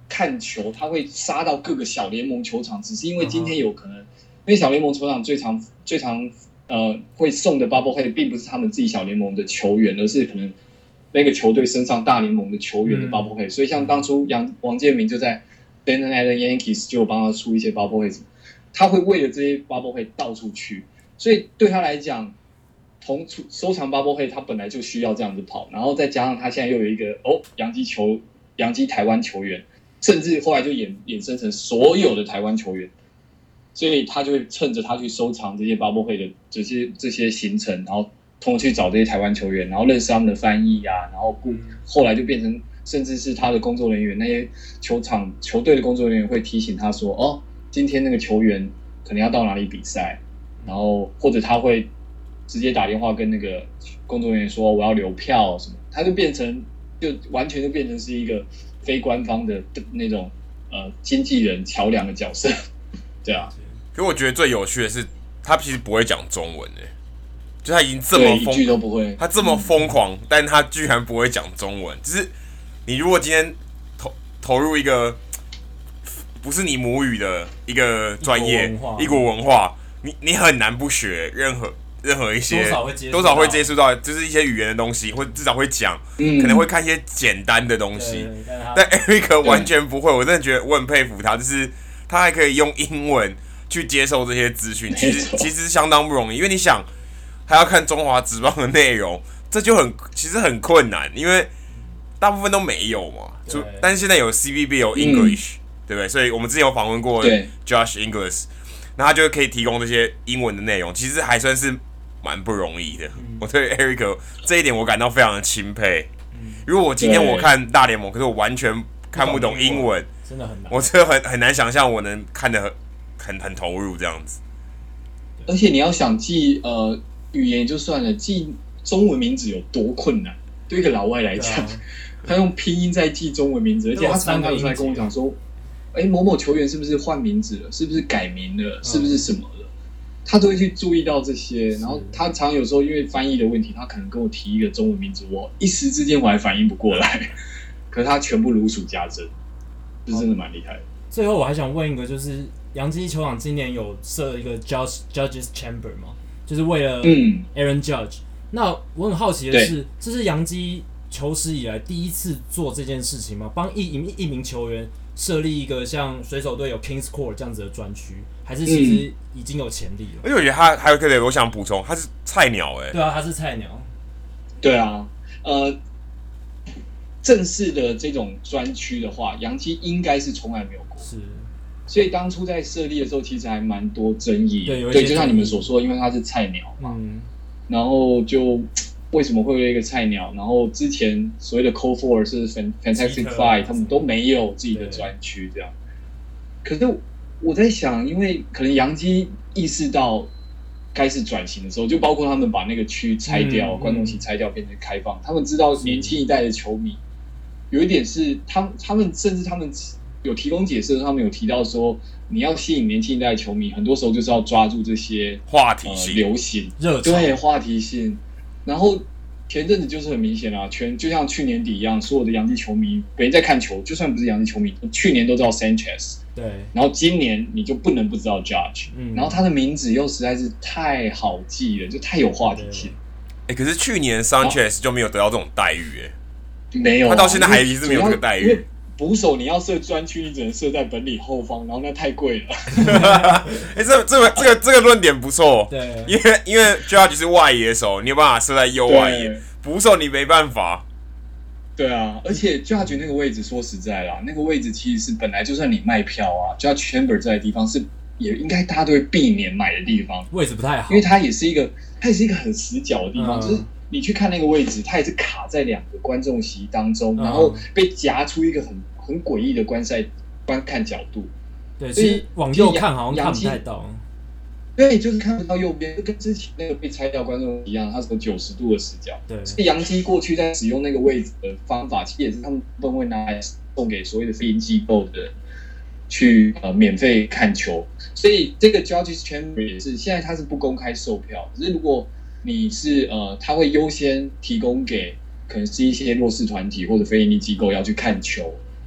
看球，他会杀到各个小联盟球场，只是因为今天有可能，因为小联盟球场最常最常呃会送的 Bobblehead 并不是他们自己小联盟的球员，而是可能那个球队升上大联盟的球员的 Bobblehead、嗯。所以像当初杨王建民就在 Cincinnati Yankees 就有帮他出一些 Bobblehead， 他会为了这些 Bobblehead 到处去，所以对他来讲。同收藏 Bobblehead 他本来就需要这样子跑，然后再加上他现在又有一个哦洋基球洋基台湾球员，甚至后来就衍衍生成所有的台湾球员，所以他就会趁着他去收藏这些 Bobblehead 的这些这些行程，然后通过去找这些台湾球员，然后认识他们的翻译啊，然后后来就变成甚至是他的工作人员，那些球场球队的工作人员会提醒他说，哦，今天那个球员可能要到哪里比赛，然后或者他会。直接打电话跟那个工作人员说我要留票什么，他就变成就完全就变成是一个非官方的那种呃经纪人桥梁的角色，对啊。 可我觉得最有趣的是，他其实不会讲中文诶，就他已经这么疯， 一句都不会， 他这么疯狂、嗯，但他居然不会讲中文。就是你如果今天投投入一个不是你母语的一个专业异国文化，你你很难不学任何。任何一些多少会接触到， 多少会接触到，就是一些语言的东西，或至少会讲、嗯，可能会看一些简单的东西。但 Eric 完全不会，我真的觉得我很佩服他，就是他还可以用英文去接受这些资讯，其实其实相当不容易，因为你想还要看中华职棒的内容，这就很其实很困难，因为大部分都没有嘛。但是现在有 C B B 有 English，、嗯、对不对？所以我们之前有访问过 Josh Ingles， 那他就可以提供这些英文的内容，其实还算是。蛮不容易的、嗯，我对 Eric 这一点我感到非常的钦佩。嗯、如果我今天我看大联盟，可是我完全看不懂英文， 真的很难。 我真的很很难想象我能看得很很很投入这样子。 而且你要想记呃语言就算了，记中文名字有多困难？对一个老外来讲，啊、他用拼音在记中文名字，而且他常常有出来跟我讲说：“哎、欸，某某球员是不是换名字了？是不是改名了？是不是什么？”他都会去注意到这些，然后他常有时候因为翻译的问题，他可能跟我提一个中文名字，我一时之间我还反应不过来，可是他全部如数家珍，这真的蛮厉害的。 最后我还想问一个，就是洋基球场今年有设一个 Judge Judges Chamber 吗？就是为了 Aaron Judge、嗯。那我很好奇的是，这是洋基球史以来第一次做这件事情吗？帮一一名球员设立一个像水手队有 Kings Court 这样子的专区，还是其实已经有潜力了？ 而且我觉得他还有个，我想补充，他是菜鸟哎、欸。 对啊，他是菜鸟。 对啊，呃，正式的这种专区的话，洋基应该是从来没有过。 是。 所以当初在设立的时候，其实还蛮多争议。 对， 对，就像你们所说，因为他是菜鸟嘛，嗯、然后就为什么会有一个菜鸟？然后之前所谓的 Call Four 是 Fantastic Five， 他们都没有自己的专区这样。可是我在想，因为可能洋基意识到该是转型的时候，就包括他们把那个区拆掉，嗯、观众席拆掉变成开放，他们知道年轻一代的球迷有一点是他们，他们甚至他们。有提供解释，他们有提到说，你要吸引年轻一代的球迷，很多时候就是要抓住这些话题性、 呃、流行、 热对话题性。然后前阵子就是很明显啊，全就像去年底一样，所有的洋基球迷别人在看球，就算不是洋基球迷，去年都知道 Sanchez， 对， 然后今年你就不能不知道 Judge，嗯、然后他的名字又实在是太好记了，就太有话题性。 哎、欸，可是去年 Sanchez 就没有得到这种待遇、欸，哎， 没有、啊， 他到现在还是没有这个待遇。 捕手你要设专区，你只能设在本垒后方，然后那太贵了。 哎、欸，这这个这个这个论点不错， 对， 因为因为 Judge 是外野手，你有办法设在右外野，捕手你没办法。 对啊，而且 Judge 那个位置，说实在啦，那个位置其实是本来就算你卖票啊 ，Judge Chamber 在的地方是也应该大家都会避免买的地方， 位置不太好， 因为它也是一个它也是一个很死角的地方， 嗯、 就是。你去看那个位置，它也是卡在两个观众席当中，嗯、然后被夹出一个很很诡异的观赛观看角度。 对，所以往右看好像看不太到。 对，就是看不到右边，就跟之前那个被拆掉观众一样，它是个九十度的视角。 对， 所以洋基过去在使用那个位置的方法，其实也是他们都会拿来送给所谓的非营机构的去呃免费看球。所以这个 Judges Chamber 也是现在它是不公开售票，可是如果你是呃，他会优先提供给可能是一些弱势团体或者非营利机构要去看球，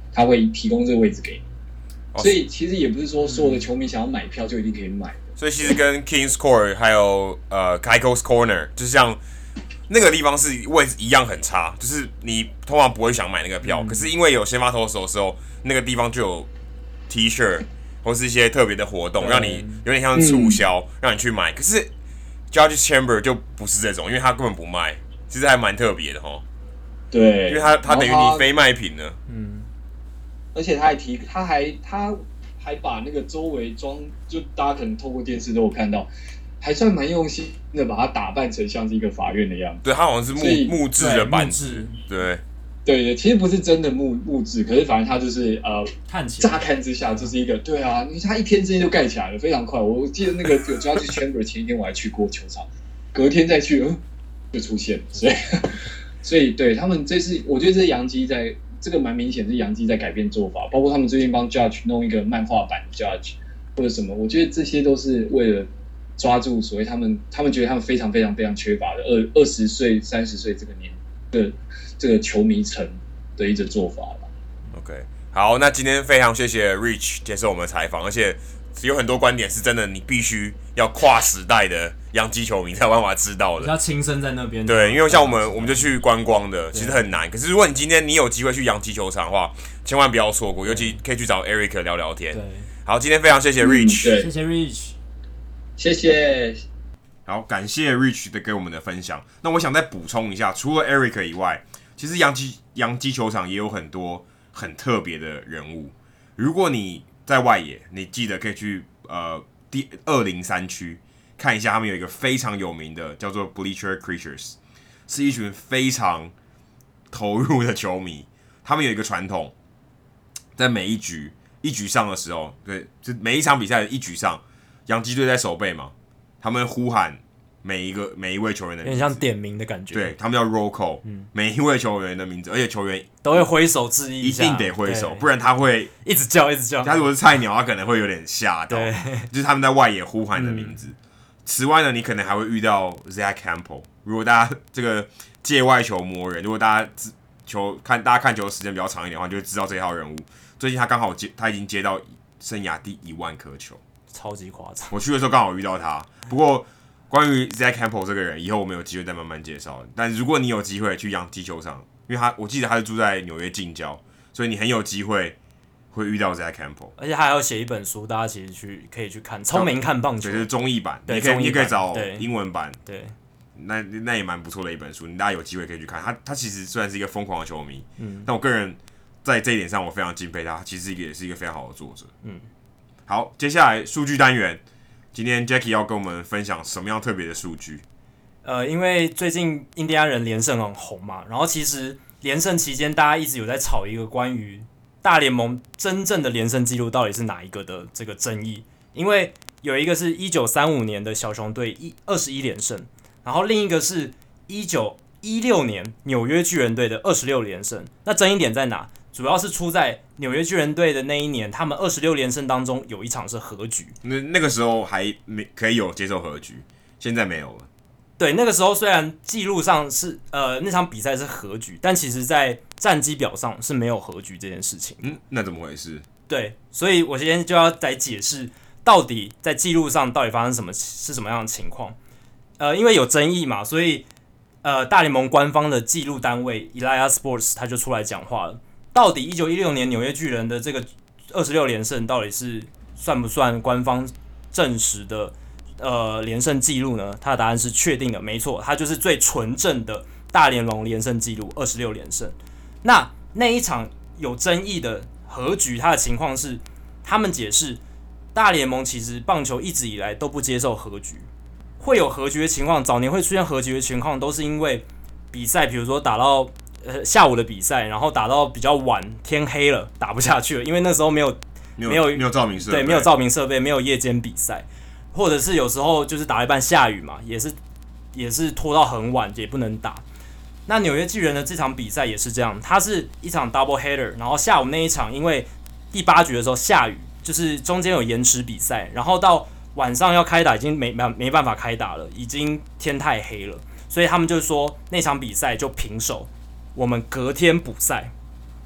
他会提供这个位置给你。 哦、 所以其实也不是说所有的球迷想要买票就一定可以买的。 所以其实跟 Kings Court 还有呃 Keiko's Corner， 就是像那个地方是位置一样很差，就是你通常不会想买那个票，嗯、可是因为有先发投手的时候，那个地方就有 T 恤或是一些特别的活动，让你有点像促销，嗯、让你去买。可是 Judge Chamber 就不是这种，因为他根本不卖，其实还蛮特别的齁。 对， 因为他他等于你非卖品了。 嗯，而且他还提，他还他还把那个周围装，就大家可能透过电视都有看到。还算蛮用心的，把它打扮成像是一个法院的样子。 对，它好像是木木质的板子。对， 对对，其实不是真的木木质，可是反正它就是呃，乍看之下就是一个，对啊，因为它一天之间就盖起来了，非常快。我记得那个有 Judge Chamber 前一天我还去过球场，隔天再去，嗯，就出现了。所以，所以对他们这次，我觉得这是洋基在这个蛮明显是洋基在改变做法，包括他们最近帮 Judge 弄一个漫画版 Judge 或者什么，我觉得这些都是为了。抓住所谓他们，他们觉得他们非常非常非常缺乏的二二十岁、三十岁这个年的这个球迷层的一个做法吧。 OK， 好，那今天非常谢谢 Rich 接受我们的采访，而且有很多观点是真的，你必须要跨时代的洋基球迷才有办法知道的， 要亲身在那边。 对，因为像我们，我们就去观光的，其实很难。可是如果你今天你有机会去洋基球场的话，千万不要错过，尤其可以去找 Eric 聊聊天。 对， 好，今天非常谢谢 Rich，、 嗯、 谢谢 Rich。 谢谢， 好，感谢 Rich 的给我们的分享。那我想再补充一下，除了 Eric 以外，其实洋基洋基球场也有很多很特别的人物。如果你在外野，你记得可以去呃第二零三区看一下，他们有一个非常有名的叫做 Bleacher Creatures， 是一群非常投入的球迷。他们有一个传统，在每一局一局上的时候，对，就每一场比赛的一局上。洋基队在守备嘛，他们呼喊每一个每一位球员的名字， 有点像点名的感觉。 对，他们叫 roll call，、嗯、每一位球员的名字，而且球员都会挥手致意一下， 一定得挥手，不然他会一直叫一直叫。 他如果是菜鸟，他可能会有点吓到。就是他们在外野呼喊的名字。嗯、此外呢，你可能还会遇到 Zach Campbell。如果大家这个界外球魔人，如果大家球看大家看球的时间比较长一点的话，就会知道这号人物。最近他刚好接，他已经接到生涯第一万颗球。 超级夸张！ 我去的时候刚好遇到他。不过关于 Zach Campbell 这个人，以后我们有机会再慢慢介绍。但如果你有机会去洋基球场，因为他我记得他是住在纽约近郊，所以你很有机会会遇到 Zach Campbell。 而且他还要写一本书，大家其实去可以去看《聪明看棒球》， 就是中译版， 对， 你可以你可以找英文版， 对， 那那也蛮不错的一本书，你大家有机会可以去看。他他其实虽然是一个疯狂的球迷， 嗯， 但我个人在这一点上我非常敬佩他，其实也是一个非常好的作者， 嗯。 好，接下来数据单元，今天 Jackie 要跟我们分享什么样特别的数据？ 呃，因为最近印第安人连胜很红嘛，然后其实连胜期间大家一直有在吵一个关于大联盟真正的连胜纪录到底是哪一个的这个争议，因为有一个是一九三五年的小熊队二十一连胜，然后另一个是一九一六年纽约巨人队的二十六连胜，那争议点在哪？主要是出在纽约巨人队的那一年，他们二十六连胜当中有一场是和局。 那那个时候还没可以有接受和局，现在没有了。 对，那个时候虽然记录上是呃那场比赛是和局，但其实在战绩表上是没有和局这件事情。 嗯，那怎么回事？ 对，所以我今天就要来解释，到底在记录上到底发生什么是什么样的情况。呃，因为有争议嘛，所以呃大联盟官方的记录单位 Elia Sports 他就出来讲话了。到底一九一六年纽约巨人的这个二十六连胜，到底是算不算官方证实的呃连胜记录呢？他的答案是确定的，没错，它就是最纯正的大联盟连胜记录，二十六连胜。那那一场有争议的和局，它的情况是，他们解释大联盟其实棒球一直以来都不接受和局，会有和局的情况，早年会出现和局的情况，都是因为比赛，比如说打到。呃，下午的比赛，然后打到比较晚，天黑了，打不下去了，因为那时候没有没有没有照明设备， 对，没有照明设备，没有夜间比赛，或者是有时候就是打一半下雨嘛，也是也是拖到很晚，也不能打。那纽约巨人的这场比赛也是这样，它是一场 double header， 然后下午那一场因为第八局的时候下雨，就是中间有延迟比赛，然后到晚上要开打已经没没办法开打了，已经天太黑了，所以他们就说那场比赛就平手。我们隔天补赛，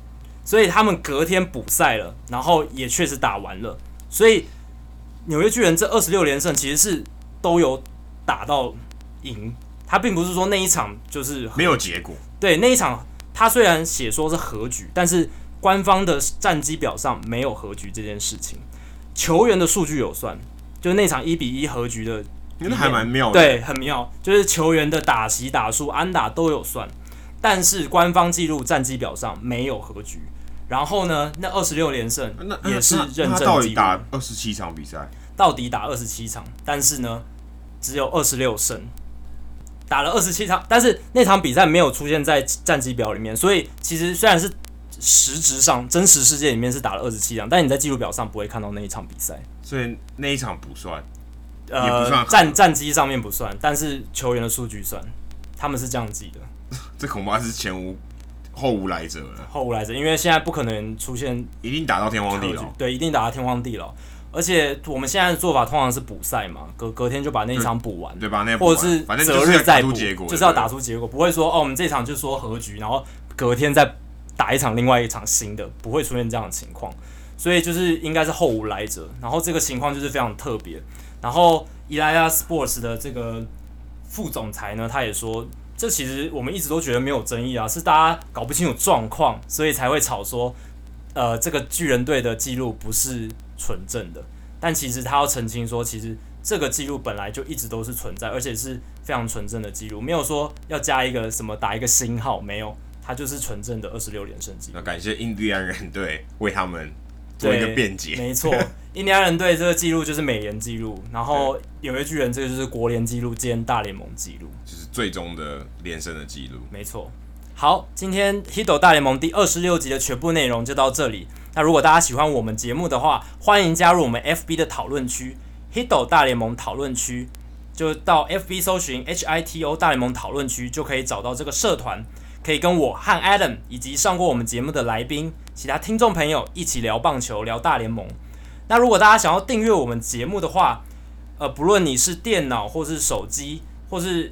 所以他们隔天补赛了，然后也确实打完了，所以纽约巨人这二十六连胜其实是都有打到赢，他并不是说那一场就是没有结果。 对，那一场他虽然写说是和局，但是官方的战绩表上没有和局这件事情，球员的数据有算，就是那场一比一和局的， 那还蛮妙的， 对，很妙，就是球员的打席、打数、安打都有算，但是官方记录战绩表上没有和局。然后呢，那二十六连胜也是认证记录， 他到底打二十七场比赛， 到底打二十七场，但是呢，只有二十六胜。打了二十七场，但是那场比赛没有出现在战绩表里面，所以其实虽然是实质上真实世界里面是打了二十七场，但你在记录表上不会看到那一场比赛， 所以那一场不算， 呃， 也不算战战绩上面不算，但是球员的数据算，他们是这样记的。 这恐怕是前无后无来者了， 后无来者，因为现在不可能出现， 一定打到天荒地老， 对，一定打到天荒地老。而且我们现在的做法通常是补赛嘛，隔隔天就把那一场补完， 对吧？那或者是反正择日再补， 就就是要打出结果，不会说哦，我们这场就说和局，然后隔天再打一场另外一场新的，不会出现这样的情况。所以就是应该是后无来者，然后这个情况就是非常特别。然后 Elia Sports 的这个副总裁呢，他也说，这其实我们一直都觉得没有争议啊，是大家搞不清楚状况，所以才会吵说，呃，这个巨人队的记录不是纯正的。但其实他要澄清说，其实这个记录本来就一直都是存在，而且是非常纯正的记录，没有说要加一个什么打一个星号，没有，它就是纯正的二十六连胜记录。 那感谢印第安人队为他们做一个辩解。 没错，印第安人队这个记录就是美联记录，然后纽约巨人这个就是国联记录兼大联盟记录， 就是最终的连胜的记录。 没错。好，今天 Hito 大联盟第二十六集的全部内容就到这里。那如果大家喜欢我们节目的话，欢迎加入我们 F B 的讨论区 Hito 大联盟讨论区，就到 F B 搜寻 H I T O 大联盟讨论区，就可以找到这个社团，可以跟我和 Adam 以及上过我们节目的来宾、其他听众朋友一起聊棒球、聊大联盟。那如果大家想要订阅我们节目的话，呃，不论你是电脑或是手机，或是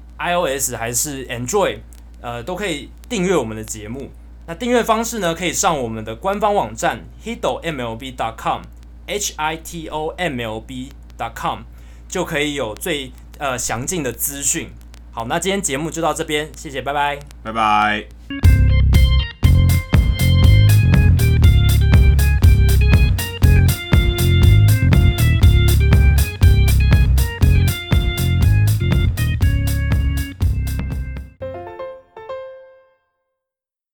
iOS 还是 Android， 呃，都可以订阅我们的节目。那订阅方式呢，可以上我们的官方网站 hito m l b dot com h i t o m l b dot com 就可以有最呃详尽的资讯。好，那今天节目就到这边，谢谢，拜拜， 拜拜。